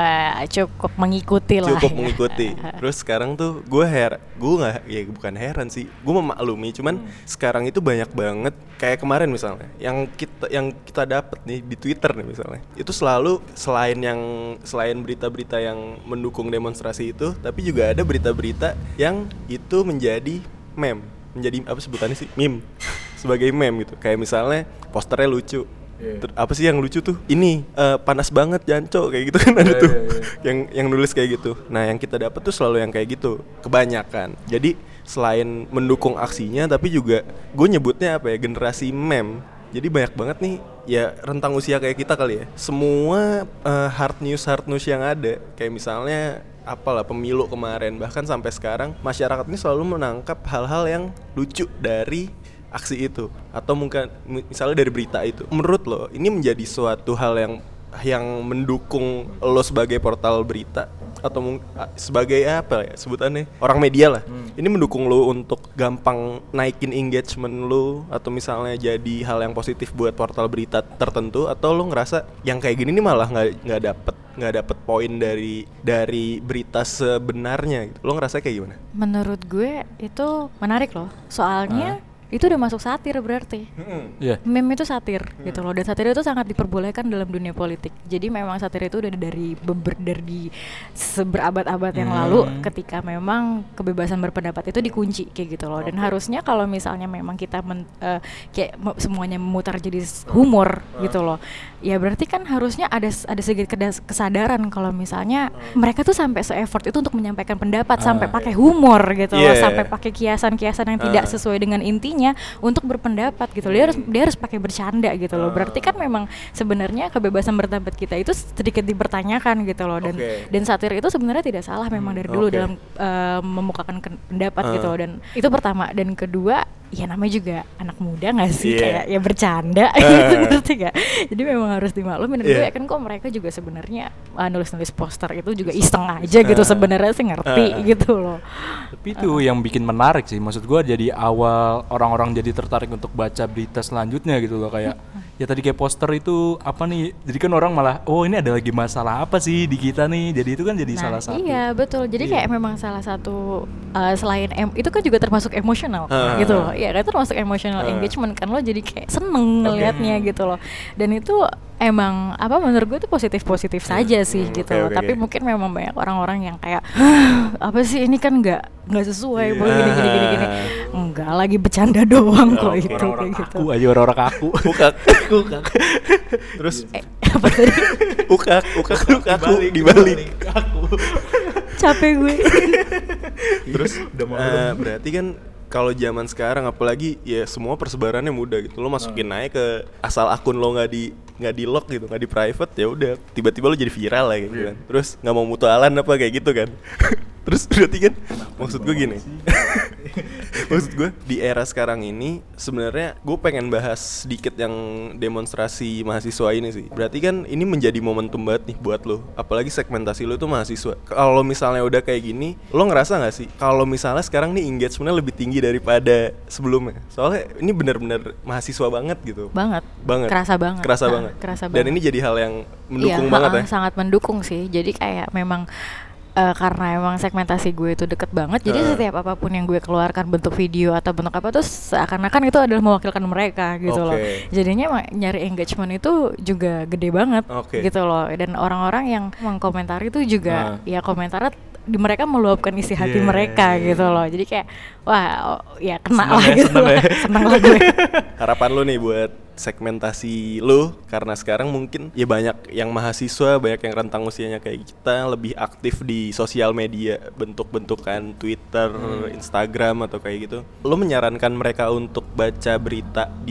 Cukup mengikuti lah. Cukup mengikuti. Terus sekarang tuh gue nggak, ya bukan heran sih, gue memaklumi. Cuman sekarang itu banyak banget kayak kemarin misalnya, yang kita dapat nih di Twitter nih misalnya, itu selalu selain berita-berita yang mendukung demonstrasi itu, tapi juga ada berita-berita yang itu menjadi menjadi apa sebutannya sih, meme sebagai meme gitu. Kayak misalnya posternya lucu. Apa sih yang lucu tuh? Ini panas banget Janco kayak gitu kan ada tuh. Yang nulis kayak gitu. Nah, yang kita dapat tuh selalu yang kayak gitu kebanyakan. Jadi selain mendukung aksinya, tapi juga gue nyebutnya apa ya, generasi meme. Jadi banyak banget nih ya rentang usia kayak kita kali ya. Semua hard news yang ada, kayak misalnya apalah pemilu kemarin, bahkan sampai sekarang masyarakat ini selalu menangkap hal-hal yang lucu dari aksi itu, atau mungkin misalnya dari berita itu. Menurut lo ini menjadi suatu hal yang mendukung lo sebagai portal berita, atau sebagai apa ya sebutannya, orang media lah. Ini mendukung lo untuk gampang naikin engagement lo, atau misalnya jadi hal yang positif buat portal berita tertentu, atau lo ngerasa yang kayak gini nih malah nggak dapet poin dari berita sebenarnya gitu. Lo ngerasa kayak gimana? Menurut gue itu menarik loh, soalnya itu udah masuk satir berarti. Meme itu satir gitu loh, dan satir itu sangat diperbolehkan dalam dunia politik. Jadi memang satir itu udah dari seberabad-abad yang lalu, ketika memang kebebasan berpendapat itu dikunci kayak gitu loh. Dan harusnya kalau misalnya memang kita kayak semuanya memutar jadi humor gitu loh, ya berarti kan harusnya ada sedikit kesadaran kalau misalnya mereka tuh sampai se-effort itu untuk menyampaikan pendapat, sampai pakai humor gitu loh, sampai pakai kiasan-kiasan yang tidak sesuai dengan intinya untuk berpendapat gitu. Dia harus pakai bercanda gitu loh. Berarti kan memang sebenarnya kebebasan berpendapat kita itu sedikit dipertanyakan gitu loh. Dan satir itu sebenarnya tidak salah memang dari dulu dalam memukakan pendapat gitu loh. Dan itu pertama. Dan kedua, ya namanya juga anak muda nggak sih, kayak ya bercanda gitu, ngerti gak? Jadi memang harus dimaklumin. Dan gue yakin kok mereka juga sebenarnya nulis-nulis poster itu juga iseng aja gitu sebenarnya sih, ngerti gitu loh. Tapi itu yang bikin menarik sih, maksud gue jadi awal orang-orang jadi tertarik untuk baca berita selanjutnya gitu loh. Kayak ya tadi kayak poster itu apa nih, jadi kan orang malah ini ada lagi masalah apa sih di kita nih, jadi itu kan jadi salah satu. Iya betul, jadi kayak memang salah satu selain itu kan juga termasuk emosional gitu loh. Iya kan, itu termasuk emotional engagement kan, lo jadi kayak seneng ngelihatnya gitu loh. Dan itu emang menurut gue itu positif saja sih gitu loh. Tapi mungkin memang banyak orang-orang yang kayak apa sih ini kan nggak sesuai, gini. Enggak, lagi bercanda doang kok itu kayak gitu. Aku aja orang kaku. Ukak. Terus apa tadi? ukak dibalik. Capek gue. Terus berarti kan kalau zaman sekarang apalagi ya semua persebarannya mudah gitu. Lo masukin aja ke asal akun lo nggak di lock gitu, nggak di private, ya udah tiba-tiba lo jadi viral lah gitu kan. Terus nggak mau mutualan apa kayak gitu kan. Terus berarti kan maksud gue gini. Maksud gue di era sekarang ini sebenarnya gue pengen bahas sedikit yang demonstrasi mahasiswa ini sih. Berarti kan ini menjadi momentum banget nih buat lo, apalagi segmentasi lo itu mahasiswa. Kalau misalnya udah kayak gini, lo ngerasa nggak sih kalau misalnya sekarang nih engagementnya lebih tinggi daripada sebelumnya? Soalnya ini benar-benar mahasiswa banget gitu. Banget. Kerasa banget. Dan ini jadi hal yang mendukung banget ya. Sangat mendukung sih. Jadi kayak memang karena emang segmentasi gue itu deket banget, jadi setiap apapun yang gue keluarkan, bentuk video atau bentuk apa tuh seakan-akan itu adalah mewakilkan mereka gitu loh. Jadinya nyari engagement itu juga gede banget gitu loh. Dan orang-orang yang mengkomentari itu juga ya komentarnya mereka meluapkan isi hati mereka gitu loh. Jadi kayak wah ya kena lah gitu. Seneng lah gue. Harapan lu nih buat segmentasi lu, karena sekarang mungkin ya banyak yang mahasiswa, banyak yang rentang usianya kayak kita lebih aktif di sosial media, bentuk-bentukan Twitter, Instagram atau kayak gitu. Lu menyarankan mereka untuk baca berita di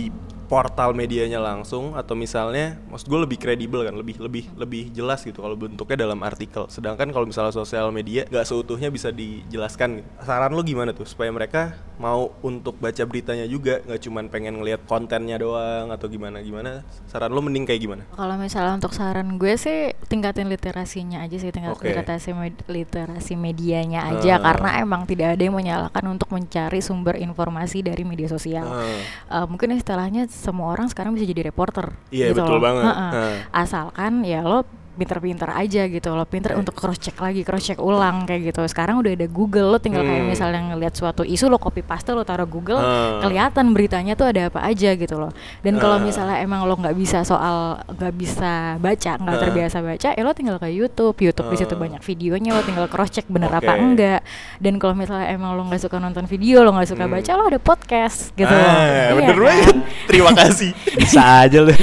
portal medianya langsung, atau misalnya maksud gue lebih kredibel kan, lebih jelas gitu kalau bentuknya dalam artikel. Sedangkan kalau misalnya sosial media nggak seutuhnya bisa dijelaskan gitu. Saran lo gimana tuh supaya mereka mau untuk baca beritanya juga, nggak cuman pengen ngelihat kontennya doang atau gimana? Saran lo mending kayak gimana? Kalau misalnya untuk saran gue sih tingkatin literasinya aja sih, literasi medianya aja, karena emang tidak ada yang menyalahkan untuk mencari sumber informasi dari media sosial. Mungkin istilahnya semua orang sekarang bisa jadi reporter. Iya, gitu betul loh. banget. Asalkan ya lo pinter-pinter aja gitu, lo pinter untuk cross check ulang kayak gitu. Sekarang udah ada Google, lo tinggal kayak misalnya ngelihat suatu isu, lo copy paste, lo taruh Google, kelihatan beritanya tuh ada apa aja gitu loh. Dan kalau misalnya emang lo nggak bisa baca, nggak terbiasa baca, ya lo tinggal ke YouTube di situ banyak videonya, lo tinggal cross check bener apa enggak. Dan kalau misalnya emang lo nggak suka nonton video, lo nggak suka baca, lo ada podcast gitu loh. Bener banget. Terima kasih. Bisa aja lu.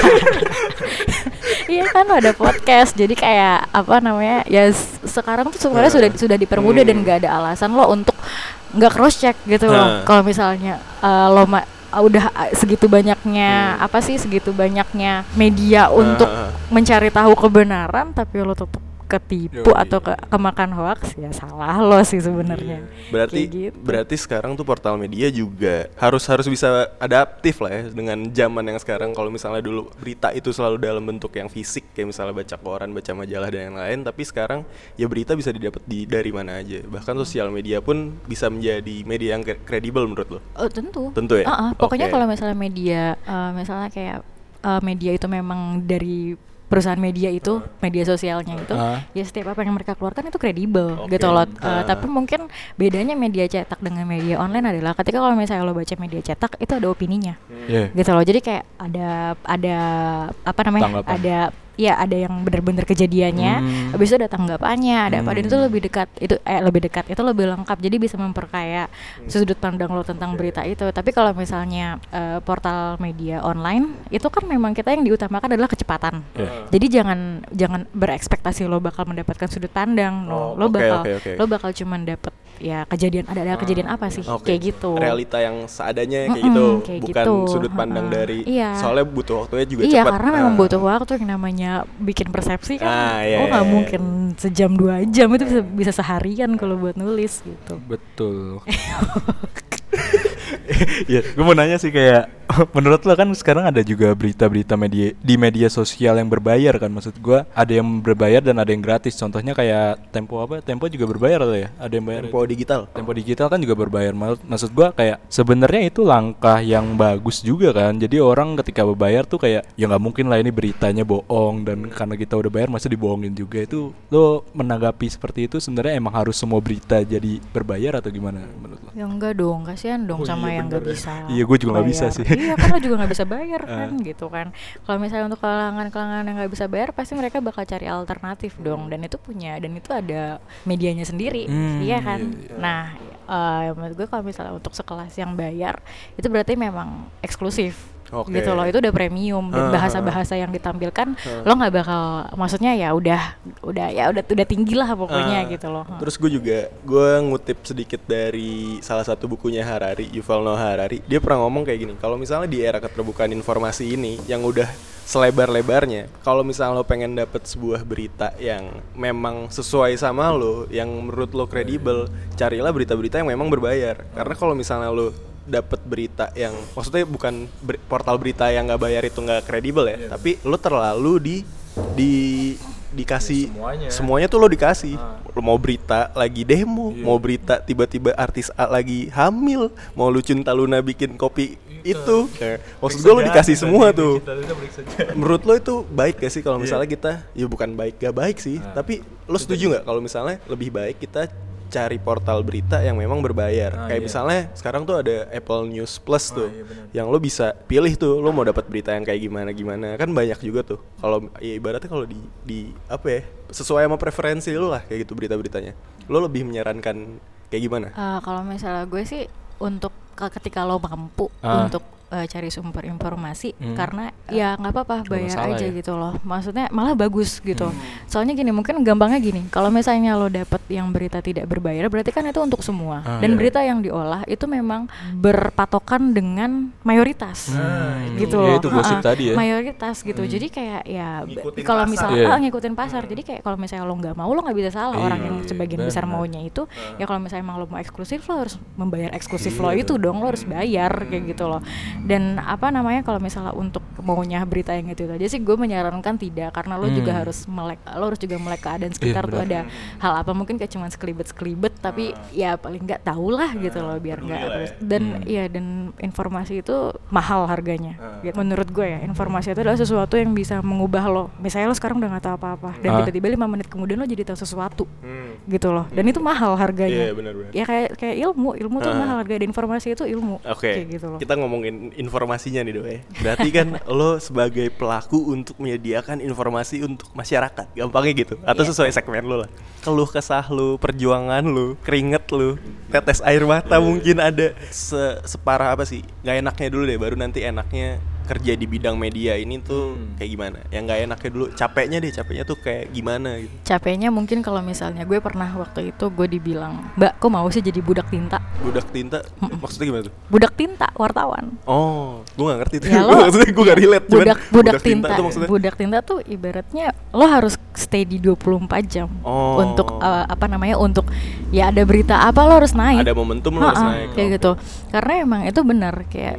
Iya kan, ada podcast, jadi kayak apa namanya ya, sekarang tuh sebenarnya sudah dipermudah dan nggak ada alasan lo untuk nggak cross check gitu loh. Kalau misalnya udah segitu banyaknya media untuk mencari tahu kebenaran, tapi lo tetap ketipu atau kemakan hoax, ya salah lo sih sebenarnya. Berarti sekarang tuh portal media juga harus bisa adaptif lah ya dengan zaman yang sekarang. Kalau misalnya dulu berita itu selalu dalam bentuk yang fisik, kayak misalnya baca koran, baca majalah dan yang lain, tapi sekarang ya berita bisa didapat dari mana aja. Bahkan sosial media pun bisa menjadi media yang kredibel menurut lo? Oh tentu ya. Pokoknya kalau misalnya media, misalnya kayak media itu memang dari perusahaan media itu, media sosialnya itu, ya setiap apa yang mereka keluarkan itu kredibel gitu loh. Tapi mungkin bedanya media cetak dengan media online adalah ketika kalau misalnya lo baca media cetak itu ada opininya, gitu loh. Jadi kayak ada apa namanya, tanggapan. ada yang benar-benar kejadiannya, habis itu ada tanggapannya, ada apa, dan itu lebih dekat, itu lebih lengkap, jadi bisa memperkaya sudut pandang lo tentang berita itu. Tapi kalau misalnya portal media online itu kan memang kita yang diutamakan adalah kecepatan. Jadi jangan berekspektasi lo bakal mendapatkan sudut pandang, lo bakal cuman dapet ya kejadian, ada kejadian apa sih, kayak gitu. Realita yang seadanya kayak gitu, kayak bukan gitu. sudut pandang dari soalnya butuh waktunya juga cepat. Iya, cepat. karena memang butuh waktu, yang namanya bikin persepsi kan. Nggak iya. mungkin sejam 2 jam, itu bisa seharian kalau buat nulis gitu. Betul. Ya, gue mau nanya sih, kayak menurut lo kan sekarang ada juga berita-berita di media sosial yang berbayar kan, maksud gue ada yang berbayar dan ada yang gratis. Contohnya kayak Tempo juga berbayar atau ya? Ada yang bayar. Tempo digital kan juga berbayar. Maksud gue kayak sebenarnya itu langkah yang bagus juga kan. Jadi orang ketika berbayar tuh kayak ya nggak mungkin lah ini beritanya bohong, dan karena kita udah bayar masa dibohongin juga. Itu lo menanggapi seperti itu, sebenarnya emang harus semua berita jadi berbayar atau gimana menurut lo? Ya enggak dong, kasihan dong sama yang nggak bisa. Iya, gue juga nggak bisa sih. Iya, kan lo juga nggak bisa bayar kan, gitu kan. Kalau misalnya untuk kalangan yang nggak bisa bayar, pasti mereka bakal cari alternatif dong, dan itu ada medianya sendiri, iya kan. Nah, menurut gue kalau misalnya untuk sekelas yang bayar, itu berarti memang eksklusif. Gitu loh, itu udah premium, dan bahasa-bahasa yang ditampilkan lo nggak bakal, maksudnya ya udah tinggi lah pokoknya gitu loh. Terus gue ngutip sedikit dari salah satu bukunya Yuval Noah Harari. Dia pernah ngomong kayak gini, kalau misalnya di era keterbukaan informasi ini yang udah selebar-lebarnya, kalau misalnya lo pengen dapet sebuah berita yang memang sesuai sama lo, yang menurut lo kredibel, carilah berita-berita yang memang berbayar. Karena kalau misalnya lo dapat berita yang, maksudnya bukan portal berita yang nggak bayar itu nggak kredibel ya, tapi lo terlalu dikasih semuanya tuh lo dikasih. Lo mau berita lagi demo, mau berita tiba-tiba artis A lagi hamil, mau lu Cinta Luna bikin kopi itu, maksud gue lo dikasih semua tuh. Menurut lo itu baik gak sih kalau misalnya kita, ya bukan gak baik sih, tapi lo setuju nggak kalau misalnya lebih baik kita cari portal berita yang memang berbayar? Kayak misalnya sekarang tuh ada Apple News Plus tuh, yang lo bisa pilih tuh lo mau dapat berita yang kayak gimana, kan banyak juga tuh. Kalau ya ibaratnya kalau di apa ya, sesuai sama preferensi lo lah kayak gitu berita-beritanya. Lo lebih menyarankan kayak gimana? Kalau misalnya gue sih, untuk ketika lo mampu untuk cari sumber informasi karena ya nggak apa-apa bayar masalah aja ya. gitu loh. Maksudnya malah bagus gitu. Soalnya gini, mungkin gampangnya gini, kalau misalnya lo dapet yang berita tidak berbayar berarti kan itu untuk semua. Dan berita yang diolah itu memang berpatokan dengan mayoritas gitu Ya, loh. itu gosip tadi ya. Mayoritas gitu. Jadi kayak ya Ngikutin kalau pasar. misalnya Iya. ngikutin pasar. Jadi kayak kalau misalnya lo nggak mau, lo nggak bisa salah. Orang yang sebagian besar benar. maunya itu ya kalau misalnya emang lo mau eksklusif, lo harus membayar eksklusif lo itu dong, lo harus bayar kayak gitu loh. Dan apa namanya, kalau misalnya untuk maunya berita yang itu aja sih gue menyarankan tidak, karena lo juga harus melek, lo harus juga melek keadaan sekitar tuh ada hal apa, mungkin kayak cuman sekelibet tapi ya paling nggak tahu lah gitu loh, biar nggak terus. Dan ya, dan informasi itu mahal harganya gitu. Menurut gue ya, informasi itu adalah sesuatu yang bisa mengubah lo. Misalnya lo sekarang udah nggak tahu apa-apa dan tiba-tiba 5 menit kemudian lo jadi tahu sesuatu gitu loh, dan itu mahal harganya. Iya, benar-benar. Ya kayak ilmu tuh mahal harga, dan informasi itu ilmu. Oke, Kayak gitu loh. kita ngomongin informasinya nih Doi. Berarti kan lo sebagai pelaku untuk menyediakan informasi untuk masyarakat, gampangnya gitu. Atau sesuai segmen lo lah. Keluh kesah lo, perjuangan lo, keringet lo, tetes air mata mungkin ada. Separah apa sih? Gak enaknya dulu deh, baru nanti enaknya kerja di bidang media ini tuh kayak gimana? Yang gak enaknya dulu, capeknya tuh kayak gimana gitu. Capeknya mungkin kalau misalnya gue pernah waktu itu gue dibilang, "Mbak, kok mau sih jadi budak tinta?" Budak tinta, maksudnya gimana tuh? Budak tinta, wartawan. Oh, gue gak ngerti tuh. Ya, lo Maksudnya gue gak relate. Cuman budak tinta tuh maksudnya. budak tinta tuh ibaratnya lo harus stay di 24 jam untuk apa namanya, untuk ya ada berita apa lo harus naik. Ada momentum lo harus naik. Kayak gitu. Karena emang itu benar, kayak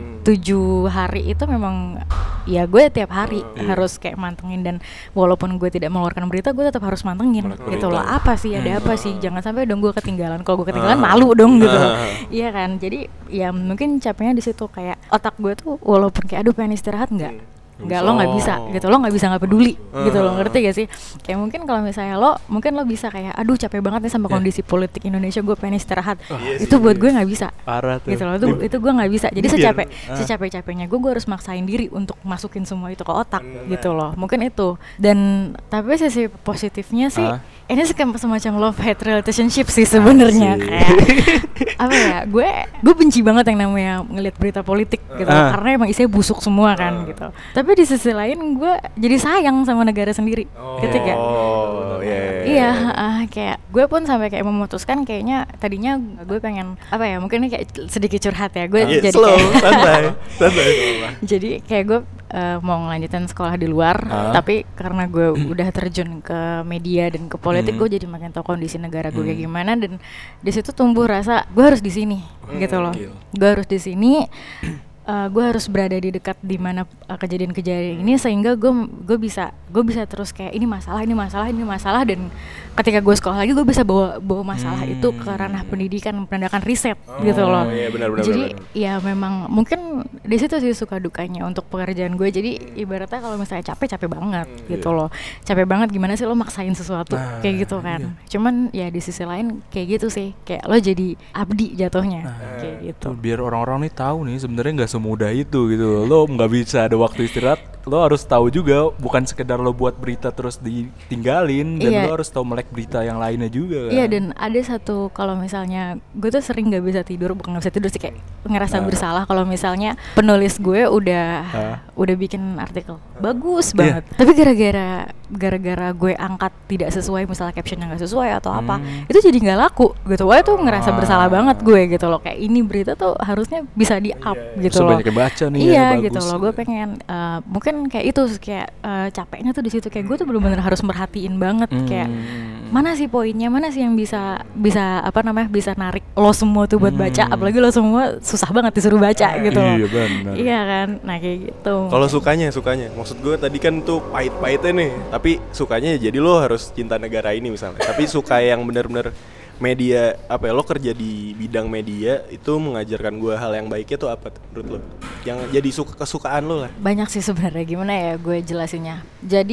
7 hari itu memang ya gue tiap hari harus kayak mantengin, dan walaupun gue tidak mengeluarkan berita, gue tetap harus mantengin gitu loh. Apa sih, ada apa sih, jangan sampai dong gue ketinggalan. Kalau gue ketinggalan malu dong gitu. Iya kan. Jadi ya mungkin capeknya di situ, kayak otak gue tuh walaupun kayak aduh pengen istirahat nggak, lo nggak bisa gitu, lo nggak bisa nggak peduli gitu, lo ngerti gak sih? Kayak mungkin kalau misalnya lo bisa kayak aduh capek banget nih sama kondisi politik Indonesia, gue pengen istirahat. Itu buat gue nggak bisa. Parah tuh. Gitu loh, itu gue nggak bisa. Jadi secapek-capeknya gue harus maksain diri untuk masukin semua itu ke otak gitu loh. Mungkin itu. Dan tapi sisi positifnya sih ini semacam love hate relationship sih sebenarnya. Kayak apa ya, gue benci banget yang namanya ngelihat berita politik gitu loh, karena emang isinya busuk semua kan gitu. Tapi di sisi lain gue jadi sayang sama negara sendiri. Ketika iya, kayak gue pun sampai kayak memutuskan, kayaknya tadinya gue pengen apa ya, mungkin ini kayak sedikit curhat ya, gue jadi slow, kayak santai. jadi kayak gue mau ngelanjutin sekolah di luar, tapi karena gue udah terjun ke media dan ke politik, gue jadi makin tahu kondisi negara gue kayak gimana, dan di situ tumbuh rasa gue harus di sini gitu loh. Gue harus di sini. Gue harus berada di dekat di mana kejadian-kejadian ini, sehingga gue bisa terus kayak ini masalah, dan ketika gue sekolah lagi gue bisa bawa masalah itu ke ranah pendidikan riset gitu loh. Iya, benar. Jadi ya memang mungkin di situ sih suka dukanya untuk pekerjaan gue. Jadi ibaratnya kalau misalnya capek banget gitu loh, capek banget gimana sih lo maksain sesuatu kayak gitu kan. Cuman ya di sisi lain kayak gitu sih, kayak lo jadi abdi jatuhnya kayak gitu. Biar orang-orang nih tahu nih sebenarnya nggak semudah itu gitu. Lo nggak bisa ada waktu istirahat, lo harus tahu juga, bukan sekedar lo buat berita terus ditinggalin, dan lo harus tahu melek berita yang lainnya juga kan. Iya, dan ada satu, kalau misalnya gue tuh sering nggak bisa tidur, bukan nggak bisa tidur sih, kayak ngerasa bersalah kalau misalnya penulis gue udah bikin artikel bagus banget, tapi gara-gara gue angkat tidak sesuai, misalnya captionnya nggak sesuai atau apa, itu jadi nggak laku gitu. Wah, itu ngerasa bersalah banget gue gitu loh, kayak ini berita tuh harusnya bisa di up gitu loh. Sebanyak yang baca nih Iya bagus. gitu loh, gue pengen mungkin kayak itu, kayak capeknya tuh di situ, kayak gue tuh benar-benar harus merhatiin banget kayak mana sih poinnya, mana sih yang bisa apa namanya, bisa narik lo semua tuh buat baca, apalagi lo semua susah banget disuruh baca gitu loh. Iya benar. Iya kan, nah kayak gitu. Kalau sukanya, maksud gue tadi kan tuh pahit-pahitnya nih, tapi sukanya jadi lo harus cinta negara ini misalnya. Tapi suka yang benar-benar media, apa ya, lo kerja di bidang media itu mengajarkan gue hal yang baiknya tuh apa menurut lo? Yang jadi kesukaan lo lah. Banyak sih sebenarnya, gimana ya gue jelasinnya. Jadi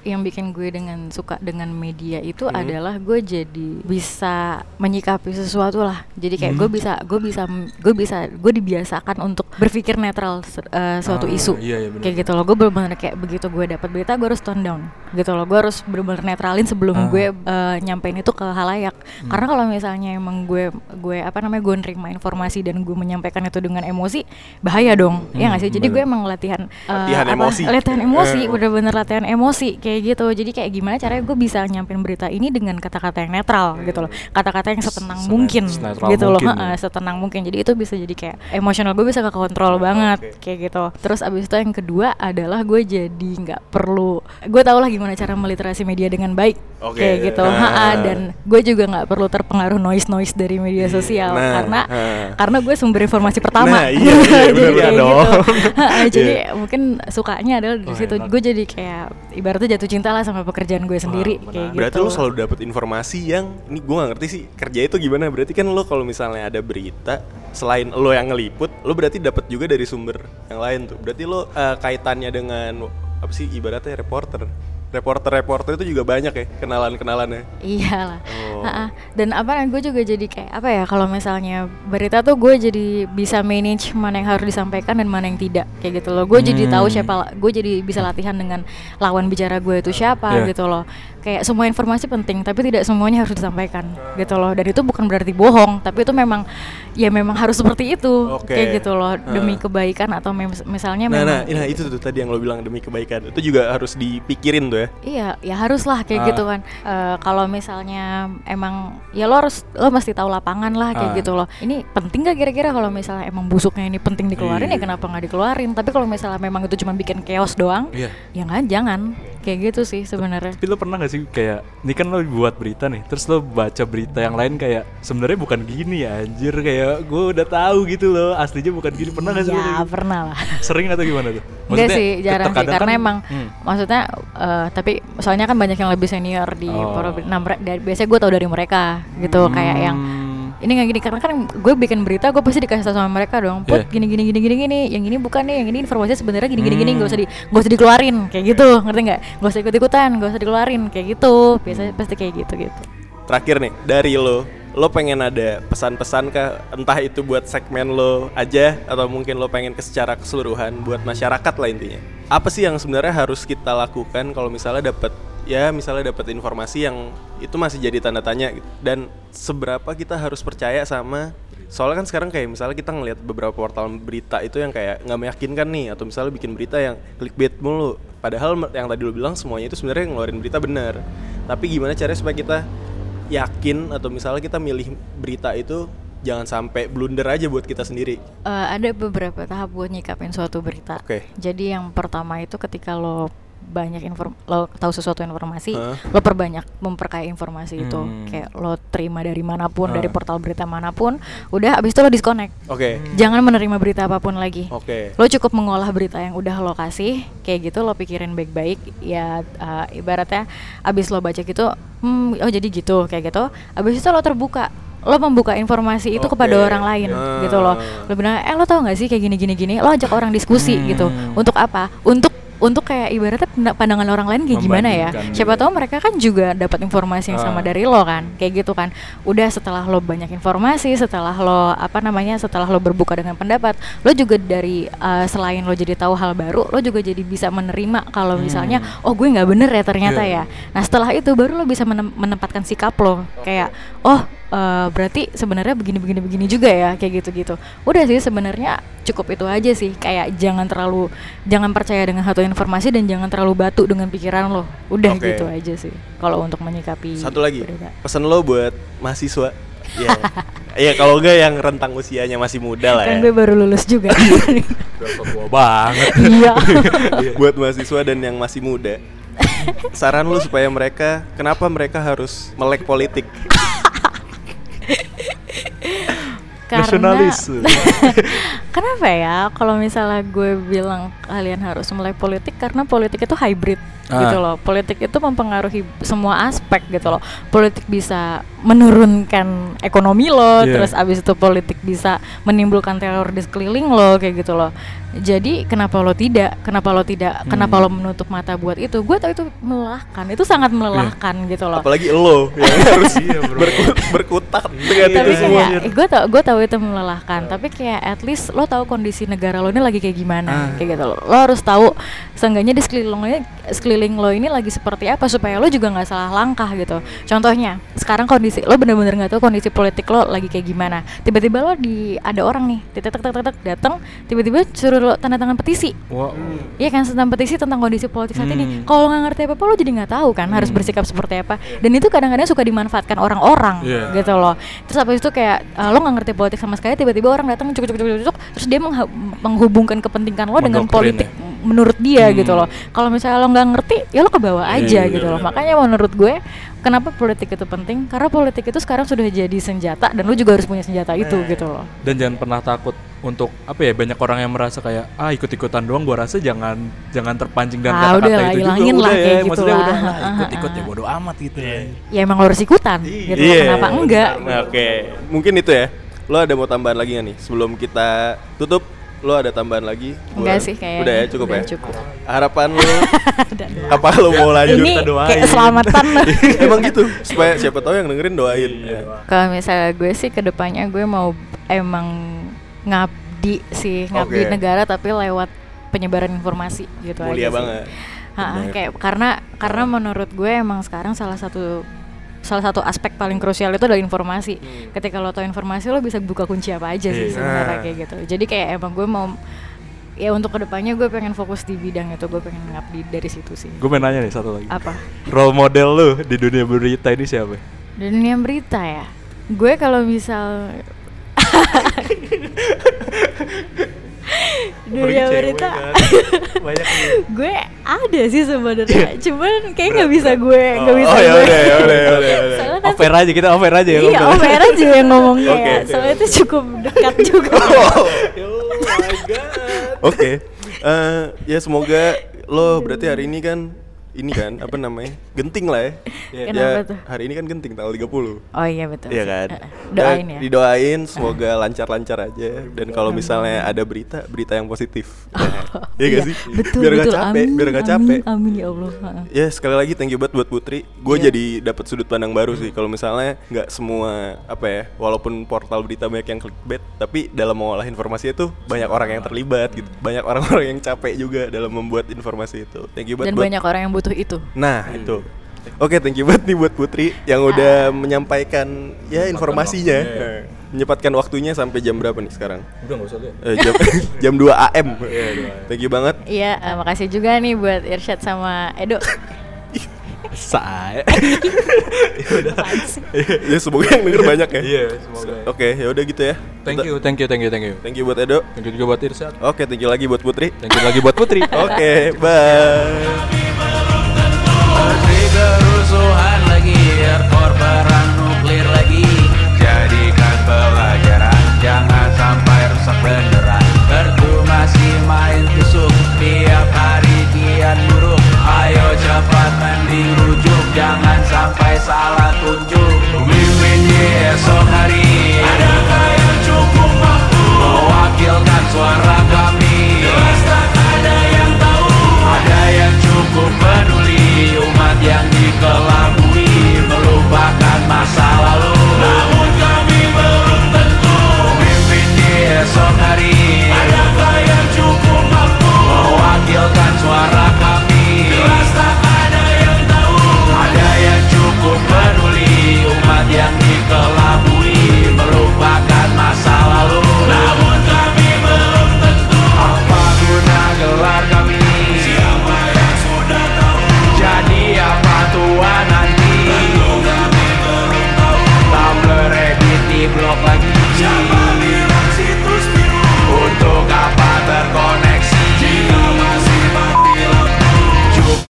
yang bikin gue dengan suka dengan media itu adalah gue jadi bisa menyikapi sesuatu lah. Jadi kayak gue dibiasakan untuk berpikir netral suatu isu. Iya, bener. Kayak gitu loh. Gue bener-bener kayak begitu gue dapat berita gue harus tone down gitu loh. Gue harus bener-bener netralin sebelum gue nyampein itu ke halayak. Karena kalau misalnya emang gue nerima informasi dan gue menyampaikan itu dengan emosi, bahaya dong. Ya nggak sih? Jadi gue emang latihan emosi, bener-bener latihan emosi kayak gitu. Jadi kayak gimana caranya gue bisa nyampein berita ini dengan kata-kata yang netral gitu loh, kata-kata yang setenang mungkin gitu loh, setenang mungkin. Jadi itu bisa jadi kayak emosional gue bisa kekontrol banget kayak gitu. Terus abis itu yang kedua adalah gue jadi nggak perlu, gue tau lah gimana cara meliterasi media dengan baik kayak gitu. Dan gue juga nggak perlu terpengaruh noise dari media sosial karena gue sumber informasi pertama. Jadi mungkin sukanya adalah di situ. Gue jadi kayak ibaratnya jatuh cinta lah sama pekerjaan gue sendiri kayak gitu. Berarti lo selalu dapat informasi yang ini gue nggak ngerti sih kerja itu gimana. Berarti kan lo kalau misalnya ada berita selain lo yang ngeliput, lo berarti dapat juga dari sumber yang lain tuh. Berarti lo kaitannya dengan apa sih ibaratnya reporter itu juga banyak ya kenalannya. Iyalah. Dan gue juga jadi kayak apa ya, kalau misalnya berita tuh gue jadi bisa manage mana yang harus disampaikan dan mana yang tidak kayak gitu loh. Gue jadi tahu siapa, gue jadi bisa latihan dengan lawan bicara gue itu siapa gitu loh. Kayak semua informasi penting tapi tidak semuanya harus disampaikan gitu loh. Dan itu bukan berarti bohong, tapi itu memang harus seperti itu kayak gitu loh, demi kebaikan atau misalnya Nah itu tuh tadi yang lo bilang demi kebaikan itu juga harus dipikirin tuh ya. Iya, ya harus lah kayak gitu kan. Kalau misalnya emang ya lo mesti tahu lapangan lah kayak gitu loh. Ini penting gak kira-kira kalau misalnya emang busuknya ini penting dikeluarin ya kenapa nggak dikeluarin. Tapi kalau misalnya memang itu cuma bikin chaos doang, ya nggak, jangan kayak gitu sih sebenarnya. Tapi lo pernah nggak sih kayak ini kan lo buat berita nih, terus lo baca berita yang lain kayak sebenarnya bukan gini ya anjir, kayak gue udah tahu gitu loh aslinya bukan gini. Pernah nggak sih? Ya pernah lah. Sering atau gimana tuh? Enggak sih, jarang sih karena emang maksudnya tapi soalnya kan banyak yang lebih senior di biasanya gue tahu dari mereka gitu. Kayak yang ini nggak gini, karena kan gue bikin berita gue pasti dikasih tahu sama mereka dong. Put gini yang ini bukan nih, yang ini informasinya sebenarnya gini nggak usah dikeluarin kayak gitu, ngerti nggak? Nggak usah ikut-ikutan, nggak usah dikeluarin kayak gitu. Biasanya pasti kayak gitu. Terakhir nih dari lo pengen ada pesan-pesan kah, entah itu buat segmen lo aja atau mungkin lo pengen secara keseluruhan buat masyarakat lah intinya. Apa sih yang sebenarnya harus kita lakukan kalau misalnya dapat informasi yang itu masih jadi tanda tanya gitu. Dan seberapa kita harus percaya sama, soalnya kan sekarang kayak misalnya kita ngelihat beberapa portal berita itu yang kayak nggak meyakinkan nih, atau misalnya bikin berita yang clickbait mulu. Padahal yang tadi lo bilang semuanya itu sebenarnya ngeluarin berita benar. Tapi gimana caranya supaya kita yakin, atau misalnya kita milih berita itu jangan sampai blunder aja buat kita sendiri. Ada beberapa tahap buat nyikapin suatu berita. Jadi yang pertama itu ketika lo tahu sesuatu informasi, lo memperkaya informasi itu. Kayak lo terima dari manapun, dari portal berita manapun, udah abis itu lo disconnect. Jangan menerima berita apapun lagi. Lo cukup mengolah berita yang udah lo kasih, kayak gitu lo pikirin baik-baik. Ya ibaratnya abis lo baca gitu, oh jadi gitu, kayak gitu. Abis itu lo membuka informasi itu kepada orang lain gitu loh. Lo bilang, lo tau gak sih kayak gini. Lo ajak orang diskusi gitu. Untuk apa? Untuk kayak ibaratnya pandangan orang lain kayak gimana ya. Siapa tahu mereka kan juga dapat informasi yang sama dari lo kan. Kayak gitu kan. Udah setelah lo banyak informasi, setelah lo berbuka dengan pendapat, lo juga dari selain lo jadi tahu hal baru, lo juga jadi bisa menerima kalau misalnya gue nggak bener ya ternyata ya. Nah setelah itu baru lo bisa menempatkan sikap lo kayak berarti sebenarnya begini juga ya, kayak gitu. Udah sih sebenarnya cukup itu aja sih. Kayak jangan percaya dengan satu informasi dan jangan terlalu batu dengan pikiran lo. Udah gitu aja sih kalau untuk menyikapi. Satu lagi berita. Pesan lo buat mahasiswa. Iya kalau enggak yang rentang usianya masih muda lah kan ya. Gue baru lulus juga. Udah tua banget. Iya. Buat mahasiswa dan yang masih muda, saran lo supaya kenapa mereka harus melek politik? Nasionalis. Kenapa ya kalau misalnya gue bilang kalian harus mulai politik, karena politik itu hybrid gitu loh. Politik itu mempengaruhi semua aspek gitu loh. Politik bisa menurunkan ekonomi lo, terus abis itu politik bisa menimbulkan teror di sekeliling lo kayak gitu loh. Jadi kenapa lo tidak kenapa lo menutup mata buat itu? Gue tahu itu melelahkan, itu sangat melelahkan gitu loh. Apalagi lo yang harus berkutat dengan Tapi itu semua. kayak gue tahu itu melelahkan, tapi kayak at least lo tahu kondisi negara lo ini lagi kayak gimana, kayak gitu lo harus tahu seenggaknya di sekeliling lo ini lagi seperti apa supaya lo juga nggak salah langkah gitu. Contohnya sekarang kondisi lo bener-bener nggak tahu kondisi politik lo lagi kayak gimana, tiba-tiba lo ada orang nih datang tiba-tiba suruh lo tanda tangan petisi. Iya kan, tentang petisi tentang kondisi politik saat ini. Kalau nggak ngerti apa-apa lo jadi nggak tahu kan harus bersikap seperti apa, dan itu kadang-kadang suka dimanfaatkan orang-orang gitu loh. Terus habis itu kayak lo nggak ngerti politik sama sekali, tiba-tiba orang datang cuk terus dia menghubungkan kepentingan lo dengan politik menurut dia gitu loh. Kalau misalnya lo nggak ngerti ya lo kebawa aja gitu loh. Makanya menurut gue kenapa politik itu penting, karena politik itu sekarang sudah jadi senjata dan lo juga harus punya senjata itu gitu loh. Dan jangan pernah takut untuk apa ya, banyak orang yang merasa kayak ikut-ikutan doang. Gua rasa jangan terpancing dan kata-kata itu juga udah ya, kayak maksudnya gitu udah lah. ikut-ikut ya bodo amat gitu Ya emang lo harus ikutan gitu loh, kenapa enggak? Oke, mungkin itu ya. Lo ada mau tambahan lagi nggak nih sebelum kita tutup? Lo ada tambahan lagi? Enggak sih kayaknya. Udah ya, cukup udah ya. Cukup. Harapan lo apa lo mau lanjut? Ini Kita doain. kayak keselamatan lo. Emang gitu, supaya siapa tahu yang dengerin doain. Kalau misalnya gue sih kedepannya gue mau emang ngabdi Oke. negara tapi lewat penyebaran informasi gitu Mulia aja sih. banget. Kayak karena menurut gue emang sekarang salah satu aspek paling krusial itu adalah informasi. Ketika lo tahu informasi lo bisa buka kunci apa aja sih sebenarnya kayak gitu. Jadi kayak emang gue mau ya untuk kedepannya gue pengen fokus di bidang itu, gue pengen ngabdi dari situ sih. Gue pengen nanya nih satu lagi. Apa? Role model lu di dunia berita ini siapa? Di dunia berita ya. Gue kalau misal dunia berita Banyak gue ada sih sebenarnya, cuman kayak nggak bisa gue ya udah. soalnya kan Over aja, kita over aja ya. iya over aja yang ngomongnya Oke. soalnya itu cukup dekat juga. Oke. Ya semoga lo berarti hari ini kan apa namanya? Genting lah ya. Kenapa tuh? Hari ini kan genting tanggal 30. Oh iya betul. Iya kan? Doain ya. Didoain semoga lancar-lancar aja, dan kalau misalnya ada berita yang positif. Iya gak sih? Betul, biar betul. gak capek, Amin, biar gak capek. Amin ya Allah. Ya sekali lagi thank you buat Putri. Gue jadi dapat sudut pandang baru sih. Kalau misalnya nggak semua apa ya, walaupun portal berita banyak yang clickbait, tapi dalam mengolah informasi itu banyak orang yang terlibat gitu. Banyak orang-orang yang capek juga dalam membuat informasi itu. Thank you buat Dan banyak orang yang butuh itu. Nah itu. Oke, thank you banget nih buat Putri yang udah menyampaikan ya informasinya. Menyempatkan waktunya sampai jam berapa nih sekarang? Udah enggak usah deh. Jam 2 AM. Thank you banget. Iya, makasih juga nih buat Irsyad sama Edo. Saya. Ya semoga yang denger banyak ya. Iya, semoga. Oke, ya udah gitu ya. Thank you. Thank you buat Edo. Thank you juga buat Irsyad. Oke, thank you lagi buat Putri. Thank you lagi buat Putri. Oke, bye. Kerusuhan lagi, perang nuklir lagi. Jadikan pelajaran, jangan sampai rusak beneran. Berdua masih main tusuk, tiap hari kian buruk. Ayo cepat mending rujuk, jangan sampai salah tunjuk. Pemimpin di esok hari, adakah yang cukup mampu mewakilkan suara kami? Jelas tak ada yang tahu, ada yang cukup peduli. Umat yang dikelabui melupakan masa lalu, namun kami belum tentu memimpin di esok hari. Adakah yang cukup mampu mewakilkan suara kami? Jelas tak ada yang tahu, ada yang cukup peduli. Umat yang dikelabui melupakan masa lalu, namun kami belum tentu. Apa guna gelar kami? Siapa yang sudah tahu? Jadi apa tua nanti? Tentu kami belum tahu. Tumblr, Reddit, di blog lagi. Siapa